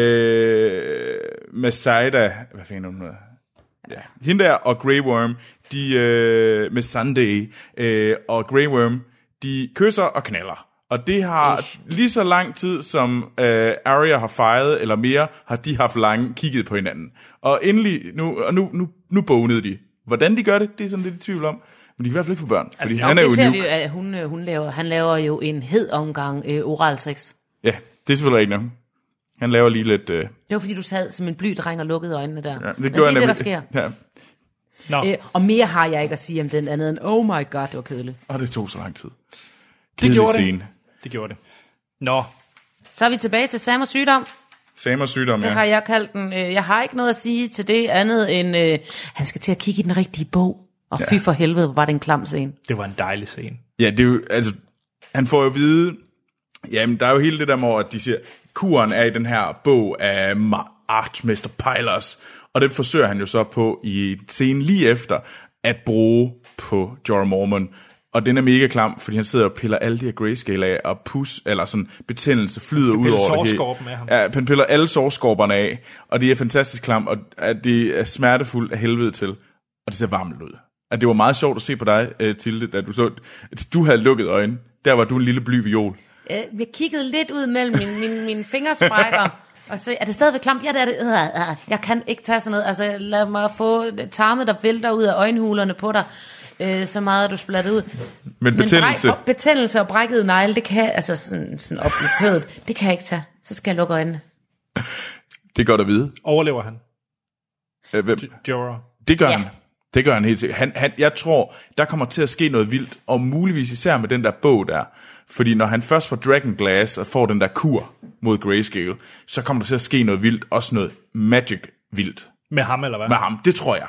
Mesaida, hvad fanden er hun hedder? Ja. Hende der og Grey Worm, med Sunday og Grey Worm, de kysser og knaller. Og det har lige så lang tid, som Arya har fejret, eller mere, har de haft kigget på hinanden. Og endelig, nu bonede de. Hvordan de gør det, det er sådan lidt i tvivl om. Men de kan i hvert fald ikke få børn. Fordi han er jo ser vi jo, at han laver jo en hed omgang oral sex. Ja, det er selvfølgelig ikke nok. Han laver lige lidt... Det var fordi, du sad som en bly dreng og lukkede øjnene der. Ja, det er det, der sker. Ja. Og mere har jeg ikke at sige om den andet end, oh my god, det var kedeligt. Og det tog så lang tid. Det gjorde scene. Det gjorde det. Nå. Så er vi tilbage til Sam og sygdom. Sam og sygdom, Det har jeg kaldt den. Jeg har ikke noget at sige til det andet end, han skal til at kigge i den rigtige bog. Og fy for helvede, hvor var det en klam scene. Det var en dejlig scene. Ja, det er jo, altså, han får jo at vide, jamen, der er jo hele det der med, at de siger, kuren er i den her bog af Archmaester Pylos, og det forsøger han jo så på i scenen lige efter, at bruge på Jorah Mormont. Og den er mega klam, fordi han sidder og piller alle de her grayscale af, og eller sådan betændelse flyder ud over det hele. Med ham. Ja, han piller alle sårskorperne af, og det er fantastisk klam, og det er smertefuldt af helvede til, og det ser varmt ud. At det var meget sjovt at se på dig, Tilde, da du havde lukket øjnene. Der var du en lille bly viol. Jeg kiggede lidt ud mellem mine fingersprækker, og så er det stadigvæk klamt. Ja, det er det. Jeg kan ikke tage sådan noget. Altså, lad mig få tarme, der vælter ud af øjenhulerne på dig. Så meget, du splatter ud. Men betændelse? Betændelse og brækket negle, det kan altså sådan op i kødet, det kan jeg ikke tage. Så skal jeg lukke øjnene. Det er godt at vide. Overlever han? Hvem? Jorah. Det gør han. Det gør han helt sikkert. Jeg tror, der kommer til at ske noget vildt, og muligvis især med den der bog der. Fordi når han først får Dragonglass og får den der kur mod Grayscale, så kommer der til at ske noget vildt, også noget magic vildt. Med ham, eller hvad? Med ham, det tror jeg.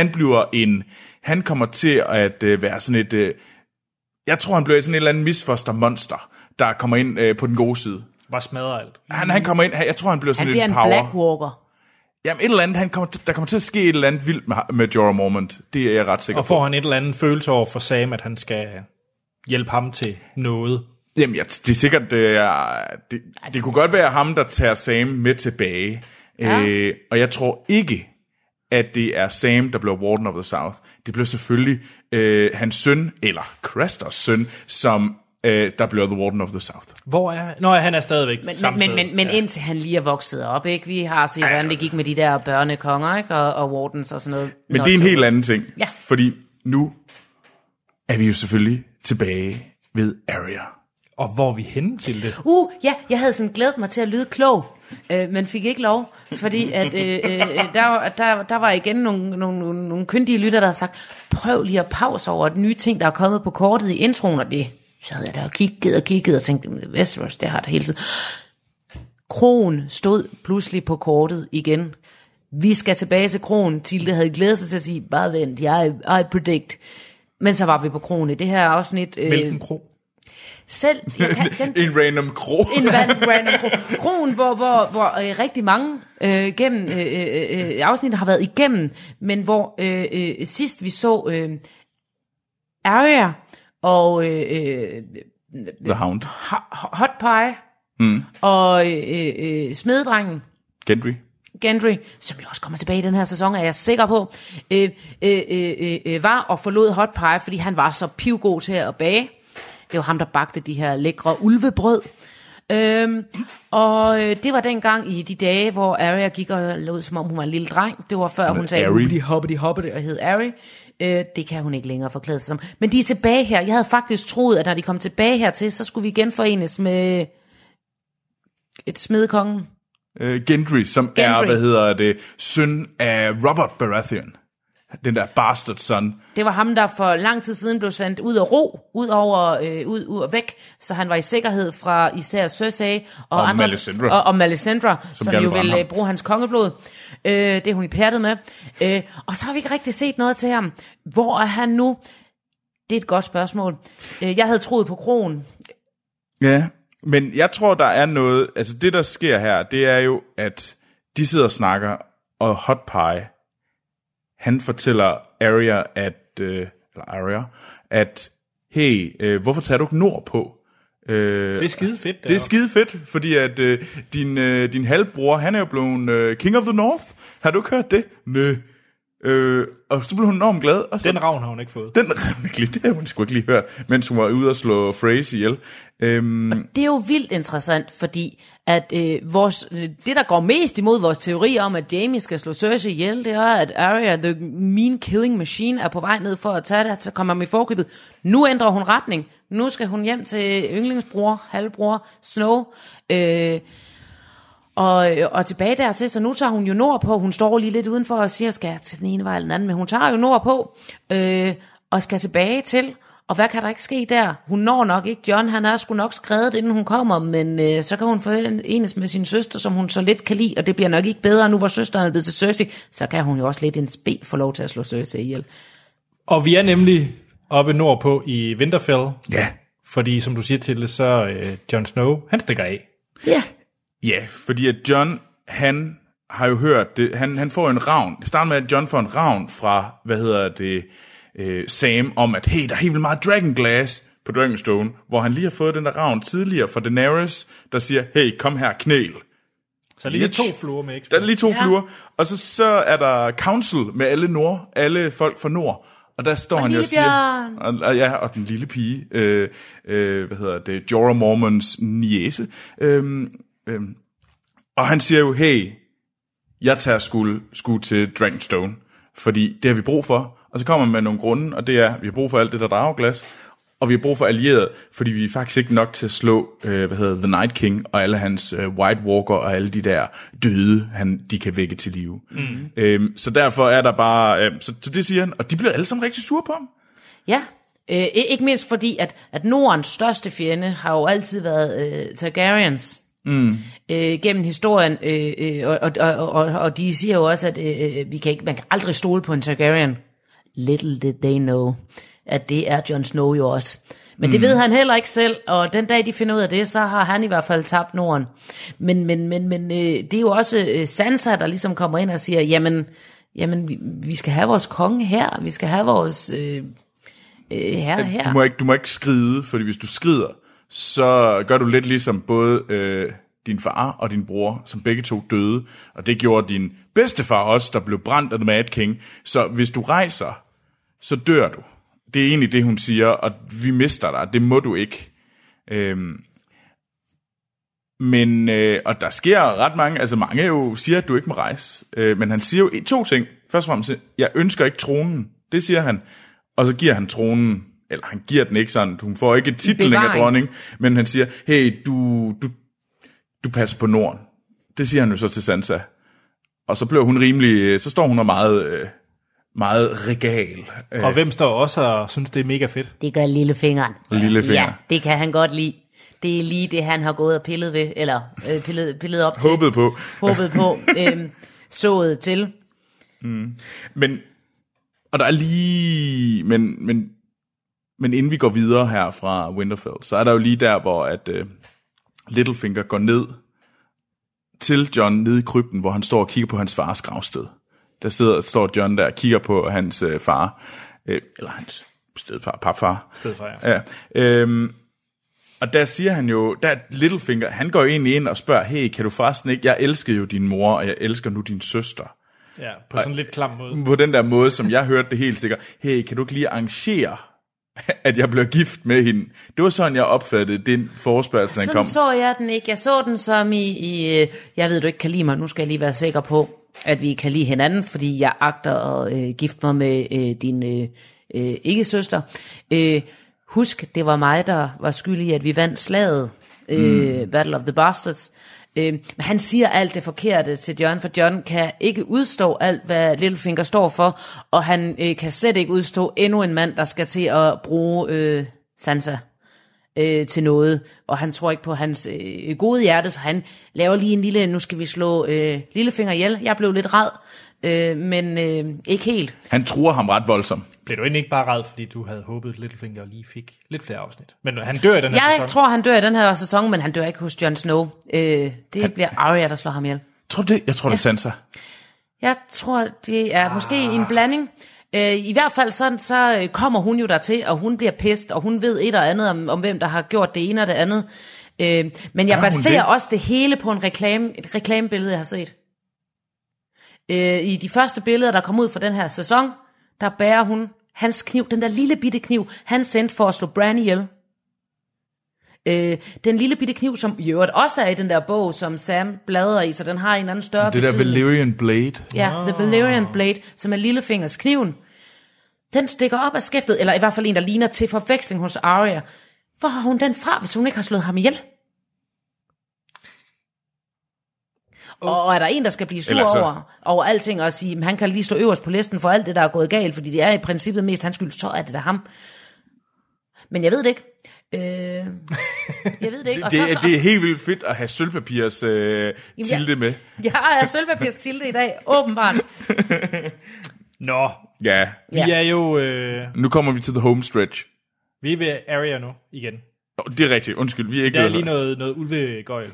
Han kommer til at være sådan et... jeg tror, han bliver sådan et eller andet misfoster monster, der kommer ind på den gode side. Bare smadrer alt. Han kommer ind, jeg tror, han bliver sådan et power. Han bliver en Black Walker. Jamen et eller andet, der kommer til at ske et eller andet vildt med Jorah Mormont. Det er jeg ret sikker på. Og får han et eller andet følelse over for Sam, at han skal hjælpe ham til noget? Jamen, det er sikkert, det kunne godt være ham, der tager Sam med tilbage. Ja. Og jeg tror ikke, at det er Sam, der bliver Warden of the South. Det bliver selvfølgelig hans søn, eller Cresters søn, som der bliver The Warden of the South. Hvor er... Nå, han er stadigvæk men indtil han lige er vokset op, ikke? Vi har set, hvordan det gik med de der børnekonger, ikke? Og Wardens og sådan noget. Men det er en helt anden ting. Ja. Fordi nu er vi jo selvfølgelig tilbage ved Arya. Og hvor er vi henne til det? Ja, jeg havde sådan glædet mig til at lyde klog, men fik ikke lov, fordi at der var igen nogle kyndige lytter, der havde sagt, prøv lige at pause over de nye ting, der er kommet på kortet i introen, og det så havde jeg da kigget og tænkte, Westeros, det har der hele tiden. Kronen stod pludselig på kortet igen. Vi skal tilbage til Kronen. Tilde havde glædet sig til at sige, bare vent, I predict. Men så var vi på Kronen i det her afsnit. Hvilken kro? Selv en random kro. En random kro. Kronen, hvor rigtig mange gennem afsnit har været igennem, men hvor sidst vi så Arya og The Hound, Hot Pie og smededrengen Gendry, som jo også kommer tilbage i den her sæson, er jeg sikker på, var og forlod Hot Pie, fordi han var så pivgod til at bage. Det var ham, der bagte de her lækre ulvebrød. Og det var dengang i de dage, hvor Arya gik og lå ud, som om hun var en lille dreng. Det var før hun sagde, hoppity og hed Arya. Det kan hun ikke længere forklare sig som. Men de er tilbage her. Jeg havde faktisk troet, at når de kom tilbage hertil, så skulle vi genforenes med et smedekongen. Gendry, som er, søn af Robert Baratheon. Den der bastard son. Det var ham, der for lang tid siden blev sendt ud af ro, ud og væk, så han var i sikkerhed fra især Cersei og andre, og Melisandre, som jo ville bruge hans kongeblod. Det er hun i pærtet med. Og så har vi ikke rigtig set noget til ham. Hvor er han nu? Det er et godt spørgsmål. Jeg havde troet på kronen. Ja, men jeg tror, der er noget... Altså det, der sker her, det er jo, at de sidder og snakker, og Hot Pie, han fortæller Arya, at hey, hvorfor tager du ikke nordpå? Det er skide fedt. Det er skide fedt, fordi at din halvbror, han er jo blevet King of the North. Har du ikke hørt det? Næh. Og så blev hun enormt glad. Og så, den ravn har hun ikke fået. Det har hun sgu ikke lige hørt, mens hun var ude og slå Freys ihjel. Det er jo vildt interessant, fordi at det, der går mest imod vores teori om, at Jaime skal slå Cersei ihjel, det er, at Arya, the mean killing machine, er på vej ned for at tage det, så kommer man i forkøbet. Nu ændrer hun retning. Nu skal hun hjem til yndlingsbror, halvbror, Snow, og tilbage dertil, så nu tager hun jo nordpå. Hun står lige lidt udenfor og siger, skal jeg til den ene vej eller den anden, men hun tager jo nordpå og skal tilbage til. Og hvad kan der ikke ske der? Hun når nok ikke. Jon, han er sgu nok skrevet, inden hun kommer, men så kan hun forenes med sin søster, som hun så lidt kan lide, og det bliver nok ikke bedre. Nu hvor søsteren er blevet til Cersei, så kan hun jo også lidt en spe få lov til at slå Cersei ihjel. Og vi er nemlig oppe nordpå i Winterfell. Ja. Fordi, som du siger til det, så Jon Snow, han stikker af. Ja. Ja, fordi at Jon, han har jo hørt det, han får en ravn. Det starter med, at Jon får en ravn fra, Sam, om at, hey, der er helt vildt meget Dragonglass på Dragonstone, hvor han lige har fået den der ravn tidligere fra Daenerys, der siger, hey, kom her, knæl. Så lige 2 fluer med, ikke? Der er lige 2 fluer, og så er der council med alle folk fra nord, Og der står og han jo og siger... Og den lille pige, Jorah Mormonts niece. Og han siger jo, hey, jeg tager skud til Dragonstone, fordi det har vi brug for. Og så kommer man med nogle grunde, og det er, vi har brug for alt det der drageglas, og vi har brug for allierede, fordi vi er faktisk ikke nok til at slå, The Night King og alle hans White Walker og alle de der døde, de kan vække til live. Så derfor er der bare, så det siger han, og de bliver alle sammen rigtig sure på ham. Ja, ikke mindst fordi, at Nordens største fjende har jo altid været Targaryens. Gennem historien, og de siger jo også, at man kan aldrig stole på en Targaryen. Little did they know, at det er Jon Snow jo også. Men det ved han heller ikke selv, og den dag de finder ud af det, så har han i hvert fald tabt Norden. Men det er jo også Sansa, der ligesom kommer ind og siger, jamen vi skal have vores konge her, vi skal have vores herre her. Du må ikke skride, fordi hvis du skrider, så gør du lidt ligesom både din far og din bror, som begge to døde, og det gjorde din bedstefar også, der blev brændt af The Mad King. Så hvis du rejser, så dør du. Det er egentlig det, hun siger, og vi mister dig. Det må du ikke. Og der sker ret mange, altså mange jo siger, at du ikke må rejse. Men han siger jo to ting. Først og fremmest, jeg ønsker ikke tronen. Det siger han. Og så giver han tronen, eller han giver den ikke sådan, hun får ikke titlen af dronning, men han siger, hey, du passer på Norden. Det siger han jo så til Sansa. Og så bliver hun rimelig, så står hun og meget regal. Og hvem står også og synes, det er mega fedt? Det gør Lillefingeren. Lillefinger. Ja, det kan han godt lide. Det er lige det, han har gået og pillet ved, eller pillet op til. Håbet på. Sået til. Men, og der er lige, men inden vi går videre her fra Winterfell, så er der jo lige der, hvor at Littlefinger går ned til Jon nede i krypten, hvor han står og kigger på hans fars gravsted. Der står Jon der og kigger på hans far, eller hans papfar. Stedfar, ja. Og der siger han jo, der Littlefinger, han går egentlig ind og spørger, hey, kan du forresten ikke, jeg elskede jo din mor, og jeg elsker nu din søster. Ja, på sådan en lidt klam måde. På den der måde, som jeg hørte det helt sikkert. Hey, kan du ikke lige arrangere, at jeg bliver gift med hende? Det var sådan, jeg opfattede den forespørgsel, den kom. Sådan så jeg den ikke. Jeg så den som i jeg ved, du ikke kan lide mig. Nu skal jeg lige være sikker på, at vi kan lide hinanden, fordi jeg agter at gifte mig med din ikke-søster. Husk, det var mig, der var skyldig i, at vi vandt slaget. Battle of the Bastards. Han siger alt det forkerte til Jon, for Jon kan ikke udstå alt, hvad Littlefinger står for, og han kan slet ikke udstå endnu en mand, der skal til at bruge Sansa til noget, og han tror ikke på hans gode hjerte, så han laver lige en lille, nu skal vi slå Littlefinger ihjel. Jeg blev lidt ræd, men ikke helt. Han truer ham ret voldsomt. Blev du egentlig ikke bare ræd, fordi du havde håbet, at Littlefinger lige fik lidt flere afsnit? Men han dør i den her sæson. Jeg tror, han dør i den her sæson, men han dør ikke hos Jon Snow. Bliver Arya, der slår ham ihjel. Tror du det? Jeg tror, det er Sansa. Jeg tror, det er måske en blanding. I hvert fald så kommer hun jo dertil, og hun bliver pissed, og hun ved et og andet om hvem der har gjort det ene og det andet. Men jeg baserer også det hele på et reklamebillede, jeg har set. I de første billeder, der kom ud fra den her sæson, der bærer hun hans kniv, den der lille bitte kniv, han sendte for at slå Bran ihjel. Den lille bitte kniv, som i øvrigt også er i den der bog, som Sam bladrer i, så den har en eller anden større betydning. Det der Valyrian Blade. Ja, The Valyrian Blade, som er Lillefingers kniven. Den stikker op af skæftet, eller i hvert fald en, der ligner til forveksling hos Arya. Hvor har hun den fra, hvis hun ikke har slået ham ihjel? Og er der en, der skal blive sur over alting og sige, at han kan lige stå øverst på listen for alt det, der er gået galt, fordi det er i princippet mest hans skyld, så er det da ham. Men jeg ved det ikke. Jeg ved det ikke. Det er helt vildt fedt at have sølvpapirs tilde med. Jeg har sølvpapirs tilde i dag, åbenbart. Nå. Ja. Vi er jo... Nu kommer vi til the home stretch. Vi er ved Arya nu, igen. Det er rigtigt, undskyld. Vi er ikke der er lige noget ulvegøjl.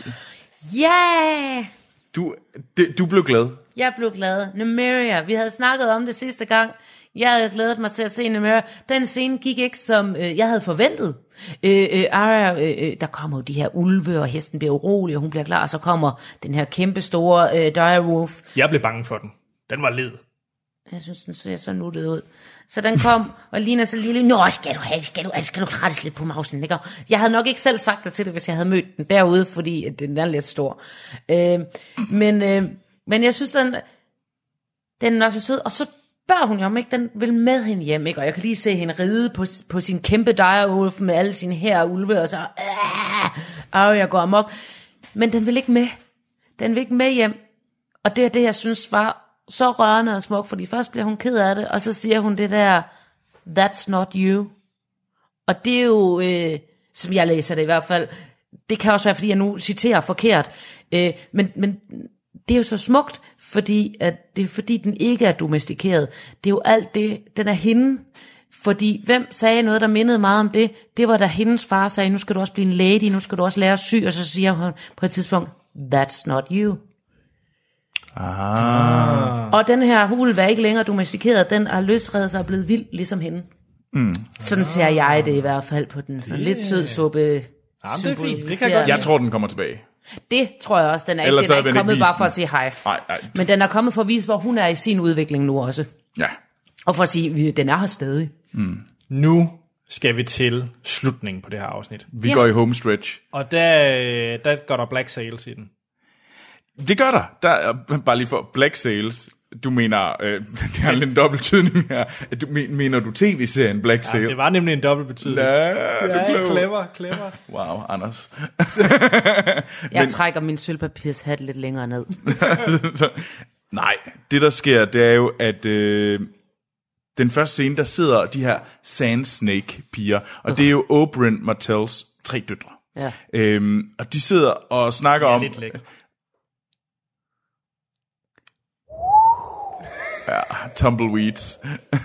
Ja! Du blev glad. Jeg blev glad. Nymeria. Vi havde snakket om det sidste gang. Jeg havde glædet mig til at se Nymeria. Den scene gik ikke, som jeg havde forventet. Arya, der kommer jo de her ulve, og hesten bliver urolig, og hun bliver klar, og så kommer den her kæmpe store direwolf. Jeg blev bange for den. Den var led. Jeg synes, den ser så nuttet ud. Så den kom, og ligner så lille. Nå, skal du krattes lidt på mausen, ikke? Jeg havde nok ikke selv sagt det til det, hvis jeg havde mødt den derude, fordi den er lidt stor. Men jeg synes, den er også sød. Og så spørger hun jo, om ikke den vil med hende hjem, ikke? Og jeg kan lige se hende ride på sin kæmpe direwolf med alle sine her ulve, og så, jeg går amok. Men den vil ikke med. Den vil ikke med hjem. Og det er det, jeg synes var så rørende og smuk, fordi først bliver hun ked af det, og så siger hun det der, that's not you. Og det er jo, som jeg læser det i hvert fald, det kan også være, fordi jeg nu citerer forkert, men det er jo så smukt, fordi den ikke er domestikeret. Det er jo alt det, den er hende. Fordi hvem sagde noget, der mindede meget om det? Det var da hendes far sagde, nu skal du også blive en lady, nu skal du også lære at sy, og så siger hun på et tidspunkt, that's not you. Og den her hulve er ikke længere domestikeret, den er løsredet sig og blevet vild, ligesom hende. Sådan ser jeg det i hvert fald på den. Sådan lidt sød suppe. Det er fint, det kan godt. Jeg tror, den kommer tilbage. Det tror jeg også, den er ikke kommet bare for at sige hej. Nej. Men den er kommet for at vise, hvor hun er i sin udvikling nu også. Ja. Og for at sige, den er her stadig. Nu skal vi til slutningen på det her afsnit. Vi går i homestretch. Og der går der Black Sails i den. Det gør der. Bare lige for Black Sails. Du mener, det er lidt en dobbelttydning her. Mener du tv-serien Black Sails? Ja, det var nemlig en dobbelttydning. Clever. Wow, Anders. Jeg trækker min sølvpapirshat lidt længere ned. Nej, det der sker, det er jo, at den første scene, der sidder de her Sand Snake-piger, og det er jo Oberyn Martells 3 døtre. Ja. Og de sidder og snakker om... Lidt lækker. Ja, tumbleweeds.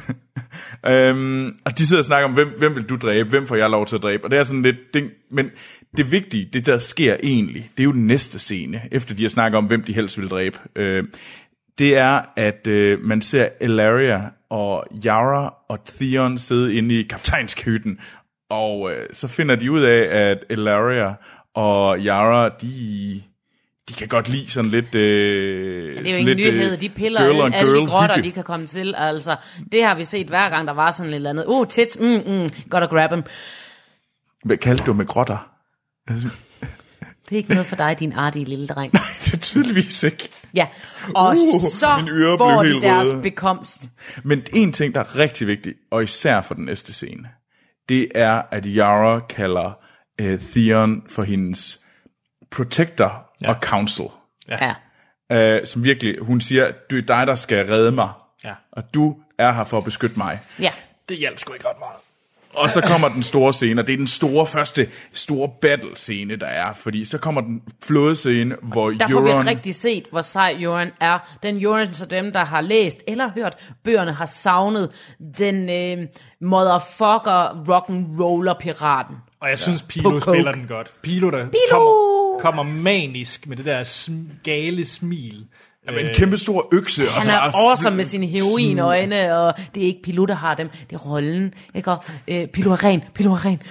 Og de sidder og snakker om, hvem vil du dræbe, hvem får jeg lov til at dræbe, og det er sådan lidt, men det vigtige, det der sker egentlig, det er jo den næste scene, efter de har snakket om, hvem de helst vil dræbe. Det er, at man ser Ellaria og Yara og Theon sidde inde i kaptajnshytten, og så finder de ud af, at Ellaria og Yara, de kan godt lide sådan lidt... det er jo ingen nyhed, de piller alle de grotter, de kan komme til. Altså, det har vi set hver gang, der var sådan et eller andet. Tits, gotta grab them. Hvad kaldte du med grotter? Det er ikke noget for dig, din artige lille dreng. Nej, det er tydeligvis ikke. Ja, og så får de deres bekomst. Men en ting, der er rigtig vigtig, og især for den næste scene, det er, at Yara kalder Theon for hendes protector og counsel. Ja. Som virkelig, hun siger, det er dig, der skal redde mig, og du er her for at beskytte mig. Ja. Det hjælper sgu ikke ret meget. Og så kommer den store scene, og det er den første store battle-scene, der er, fordi så kommer den flådescene, hvor Euron... Der får vi rigtig set, hvor sej Euron er. Den Euron, så dem, der har læst eller hørt bøgerne, har savnet den motherfucker rock'n'roller-piraten. Og jeg synes, Pilo spiller den godt. Pilo, der kommer manisk med det der gale smil. Ja, med en kæmpe stor økse. Han er awesome med sine heroinøjne, og det er ikke Pilo, der har dem. Det er rollen. Ikke? Og, Pilo er ren.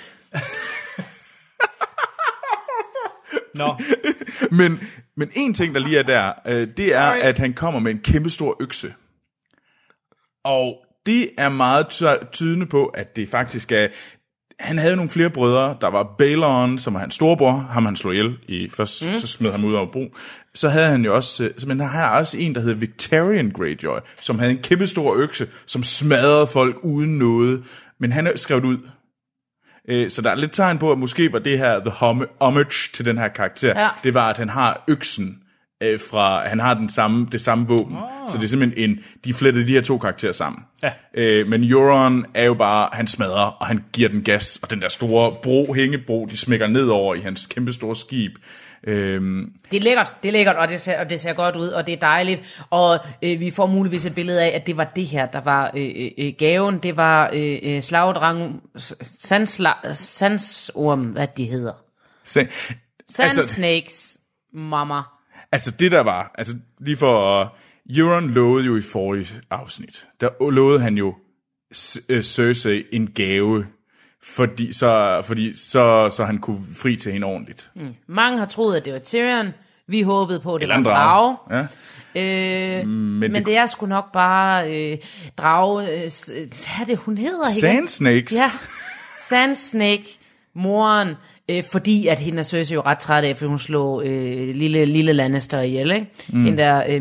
Nå. Men en ting, der lige er der, det er, at han kommer med en kæmpe stor økse. Og det er meget tydende på, at det faktisk er... Han havde nogle flere brødre. Der var Balon, som var hans storebror. Ham han slog ihjel i først, så smed ham ud over bro. Så havde han jo også, men han har også en, der hed Victorian Greyjoy, som havde en kæmpe stor økse, som smadrede folk uden noget. Men han skrev det ud. Så der er lidt tegn på, at måske var det her the homage til den her karakter. Ja. Det var, at han har øksen han har det samme våben. Så det er simpelthen de flettede de her 2 karakterer sammen. Ja. Men Euron er jo bare, han smadrer, og han giver den gas, og den der store hængebro, de smækker ned over i hans kæmpe store skib. Det er lækkert, og det ser godt ud, og det er dejligt, og vi får muligvis et billede af, at det var det her, der var gaven. Det var slagdrang, sandsorm, hvad de hedder. Sandsnakes, mamma. Altså det der var, altså lige for Euron lovede jo i forrige afsnit, der lovede han jo Cersei en gave, fordi så han kunne fri til hende ordentligt. Mange har troet, at det var Tyrion. Vi håbede på, det Eller var en en drage. Ja. Men det er sgu nok bare drage... hvad er det, hun hedder? Sand Snakes. Ja, Sand Snake, moren, fordi at hende er Cersei jo ret træt af, fordi hun slog lille Lannister ihjel, ikke? Den der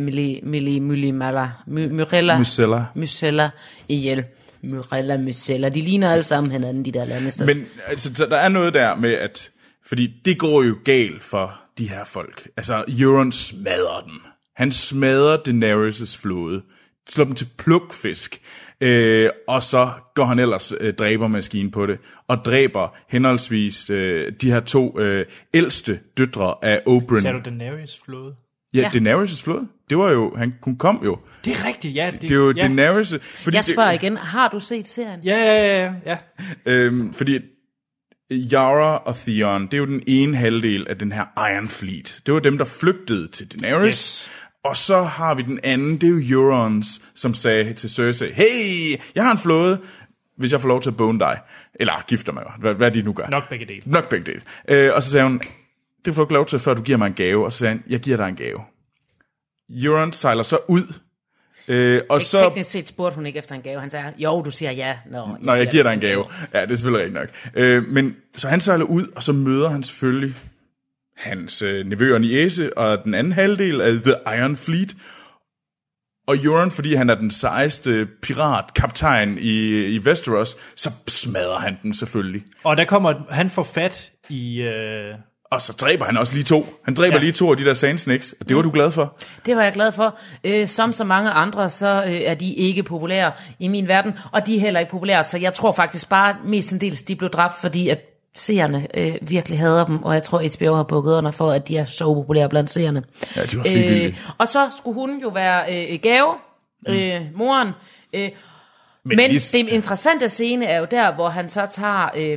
Myrella ihjel. Myrella. De ligner alle sammen hinanden, de der Lannisters. Men altså, der er noget der med, at... Fordi det går jo galt for de her folk. Altså, Euron smadrer dem. Han smadrer Daenerys' flåde. Slår dem til plukfisk. Og så går han ellers dræbermaskinen på det. Og dræber henholdsvis de her 2 ældste døtre af Oberyn. Ser du Daenerys flåde? Ja, Daenerys' flåde. Det var jo... hun kom jo. Det er rigtigt, ja. Det er jo Daenerys... Fordi jeg spørger igen, har du set serien? Ja. Fordi Yara og Theon, det er jo den ene halvdel af den her Iron Fleet. Det var dem, der flygtede til Daenerys. Yes. Og så har vi den anden, det er jo Eurons, som sagde til Cersei, hey, jeg har en flåde, hvis jeg får lov til at bone dig. Eller gifter mig, hvad de nu gør. Nok begge dele. Og så sagde hun, det får du ikke lov til, før du giver mig en gave. Og så sagde han, jeg giver dig en gave. Euron sejler så ud. Og så teknisk set spurgte hun ikke efter en gave. Han sagde, jo, du siger ja. Nå, jeg giver dig en gave. Ja, det er selvfølgelig rigtigt nok. Men så han sejler ud, og så møder han selvfølgelig hans nevø og niece og den anden halvdel af The Iron Fleet. Og Euron, fordi han er den sejeste piratkaptajn i Westeros, så smadrer han den selvfølgelig. Og der kommer han får fat i... Og så dræber han også lige 2. Han dræber lige 2 af de der Sand Snakes, og det var du glad for? Det var jeg glad for. Som så mange andre, så er de ikke populære i min verden, og de er heller ikke populære, så jeg tror faktisk bare mestendels, de blev dræbt, fordi at seerne virkelig hader dem, og jeg tror, HBO har bukket under for, at de er så populære blandt seerne. Ja, de var også ligegyldige. Og så skulle hun jo være gave, moren. Men det interessante scene er jo der, hvor han så tager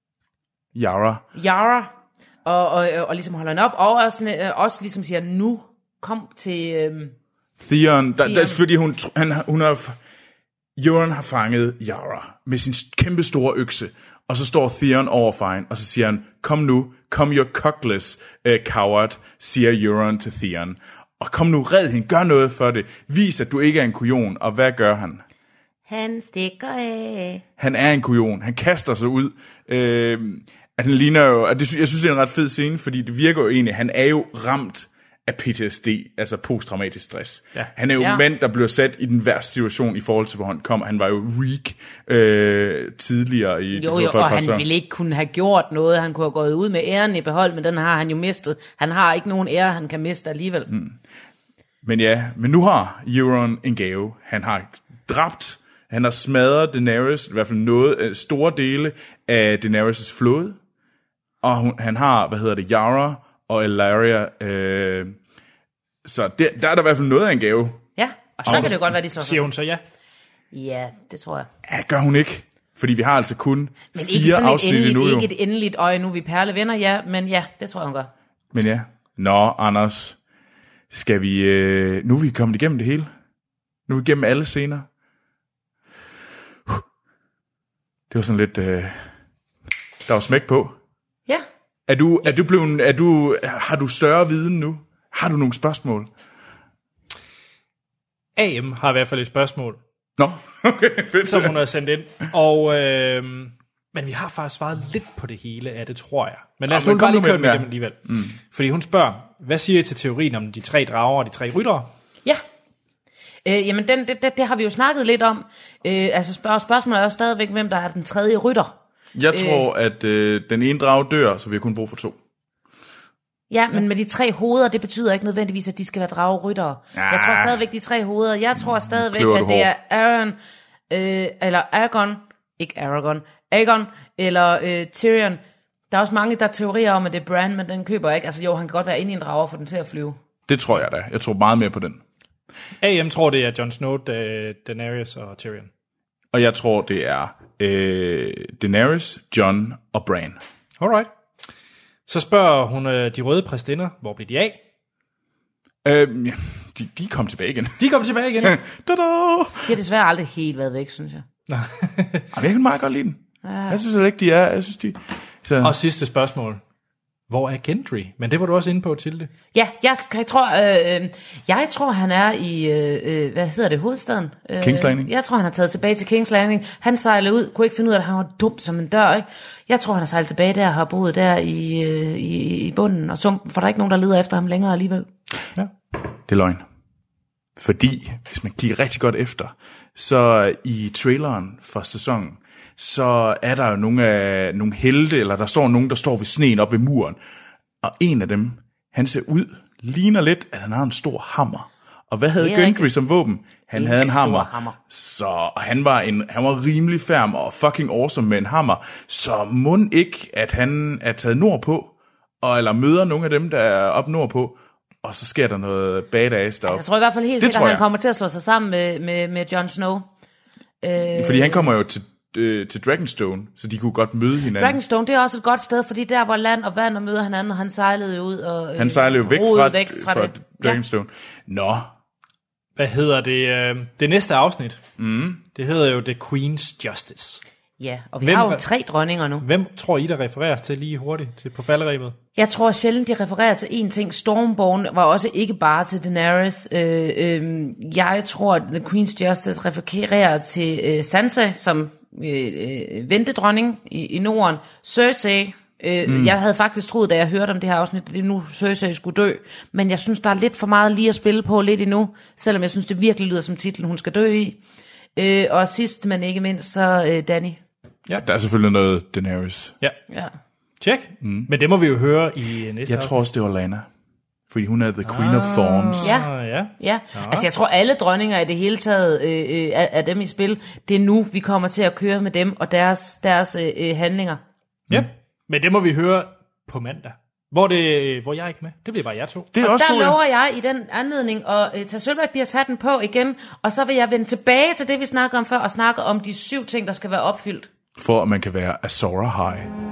Yara og ligesom holder hende op, og også ligesom siger, nu kom til... Theon, fordi Euron har fanget Yara med sin kæmpe store økse, og så står Theon over for hende, og så siger han, kom nu, come your cockless coward, siger Euron til Theon. Og kom nu, red hende, gør noget for det, vis at du ikke er en kujon, og hvad gør han? Han stikker af. Han er en kujon, han kaster sig ud, at han ligner jo, jeg synes det er en ret fed scene, fordi det virker jo egentlig, han er jo ramt af PTSD, altså posttraumatisk stress. Ja. Han er jo en mand, der bliver sat i den værste situation i forhold til, hvor han kom. Han var jo weak tidligere. Og han ville ikke kunne have gjort noget. Han kunne have gået ud med æren i behold, men den har han jo mistet. Han har ikke nogen ære, han kan miste alligevel. Men nu har Euron en gave. Han har dræbt, han har smadret Daenerys, i hvert fald store dele af Daenerys' flåde. Og han har, Yara og Ellaria. Så der er der i hvert fald noget af en gave. Ja, og så kan det jo godt være, de slår sig. Siger hun så ja? Ja, det tror jeg. Ja, gør hun ikke. Fordi vi har altså kun 4 afsnit endnu. Men ikke et endeligt øje, nu er vi perlevenner, ja. Men ja, det tror jeg, hun gør. Men ja. Nå, Anders. Skal vi... nu er vi kommet igennem det hele. Nu er vi igennem alle scener. Det var sådan lidt... der var smæk på. Ja. Har du større viden nu? Har du nogle spørgsmål? AM har i hvert fald et spørgsmål. Nå, okay, fedt. Som hun har sendt ind. Og, men vi har faktisk svaret lidt på det hele af det, tror jeg. Men lad os nu bare lige køre med dem alligevel. Fordi hun spørger, hvad siger I til teorien om de 3 drager og de 3 ryttere? Ja. Jamen, det har vi jo snakket lidt om. Altså spørgsmålet er jo stadigvæk, hvem der er den 3. rytter. Jeg tror, at den ene drage dør, så vi har kun brug for 2. Ja, men med de 3 hoveder, det betyder ikke nødvendigvis, at de skal være drageryttere. Jeg tror stadigvæk, de 3 hoveder. Jeg tror stadigvæk, at det er Aegon, eller Tyrion. Der er også mange, der teorier om, at det er Bran, men den køber ikke. Altså jo, han kan godt være inde i en drage og få den til at flyve. Det tror jeg da. Jeg tror meget mere på den. AM tror, det er Jon Snow, Daenerys og Tyrion. Og jeg tror, det er Daenerys, Jon og Bran. Alright. Så spørger hun de røde præstinder, hvor blev de af? De kom tilbage igen. De kom tilbage igen? De har desværre aldrig helt været væk, synes jeg. Jeg kan meget godt lide den. Jeg synes ikke, de er. Jeg synes, de... Og sidste spørgsmål. hvor er Gendry? Men det var du også inde på, Tilde. Ja, jeg tror han er i, hvad hedder det, hovedstaden? King's Landing. Jeg tror, han har taget tilbage til King's Landing. Han sejlede ud, kunne ikke finde ud af, at han var dum som en dør, ikke? Jeg tror, han har sejlet tilbage der, har boet der i bunden og sumpen, for der er ikke nogen, der leder efter ham længere alligevel. Ja. Det er løgn. Fordi, hvis man kigger rigtig godt efter, så i traileren for sæsonen, så er der jo nogle helte, eller der står nogen, der står ved sneen op ved muren. Og en af dem, han ser ud, ligner lidt, at han har en stor hammer. Og hvad havde Gendry som våben? Han havde en hammer. Så han var rimelig ferm og fucking awesome med en hammer. Så må ikke, at han er taget nordpå, eller møder nogle af dem, der er op nordpå, og så sker der noget badass deroppe. Jeg tror i hvert fald helt sikkert, at han kommer til at slå sig sammen med Jon Snow. Fordi han kommer jo til Dragonstone, så de kunne godt møde hinanden. Dragonstone, det er også et godt sted, fordi der var land og vand og møder hinanden, og han sejlede jo ud og han sejlede jo væk fra Dragonstone. Ja. Nå. Hvad hedder det? Det næste afsnit, det hedder jo The Queen's Justice. Ja, og vi har jo 3 dronninger nu. Hvem tror I, der refereres til lige hurtigt til på falderebet? Jeg tror sjældent, de refererer til én ting. Stormborn var også ikke bare til Daenerys. Jeg tror, at The Queen's Justice refererer til Sansa som ventedronning i Norden. Cersei. Jeg havde faktisk troet, da jeg hørte om det her afsnit, at det nu Cersei skulle dø. Men jeg synes, der er lidt for meget lige at spille på lidt endnu. Selvom jeg synes, det virkelig lyder som titlen, hun skal dø i. Og sidst, men ikke mindst, så Dany. Ja, der er selvfølgelig noget Daenerys. Ja. Tjek. Men det må vi jo høre i næste Jeg tror også, det var Lana. Fordi hun er the Queen of Thorns. Ja. Altså, jeg tror, alle dronninger i det hele taget af dem i spil, det er nu, vi kommer til at køre med dem og deres handlinger. Ja, men det må vi høre på mandag. Hvor jeg er ikke med. Det bliver bare jer to. Det er og også der lover jeg i den anledning at tage sølvpapirshatten på igen, og så vil jeg vende tilbage til det, vi snakker om før, og snakke om de 7 ting, der skal være opfyldt. For at man kan være Azor Ahai.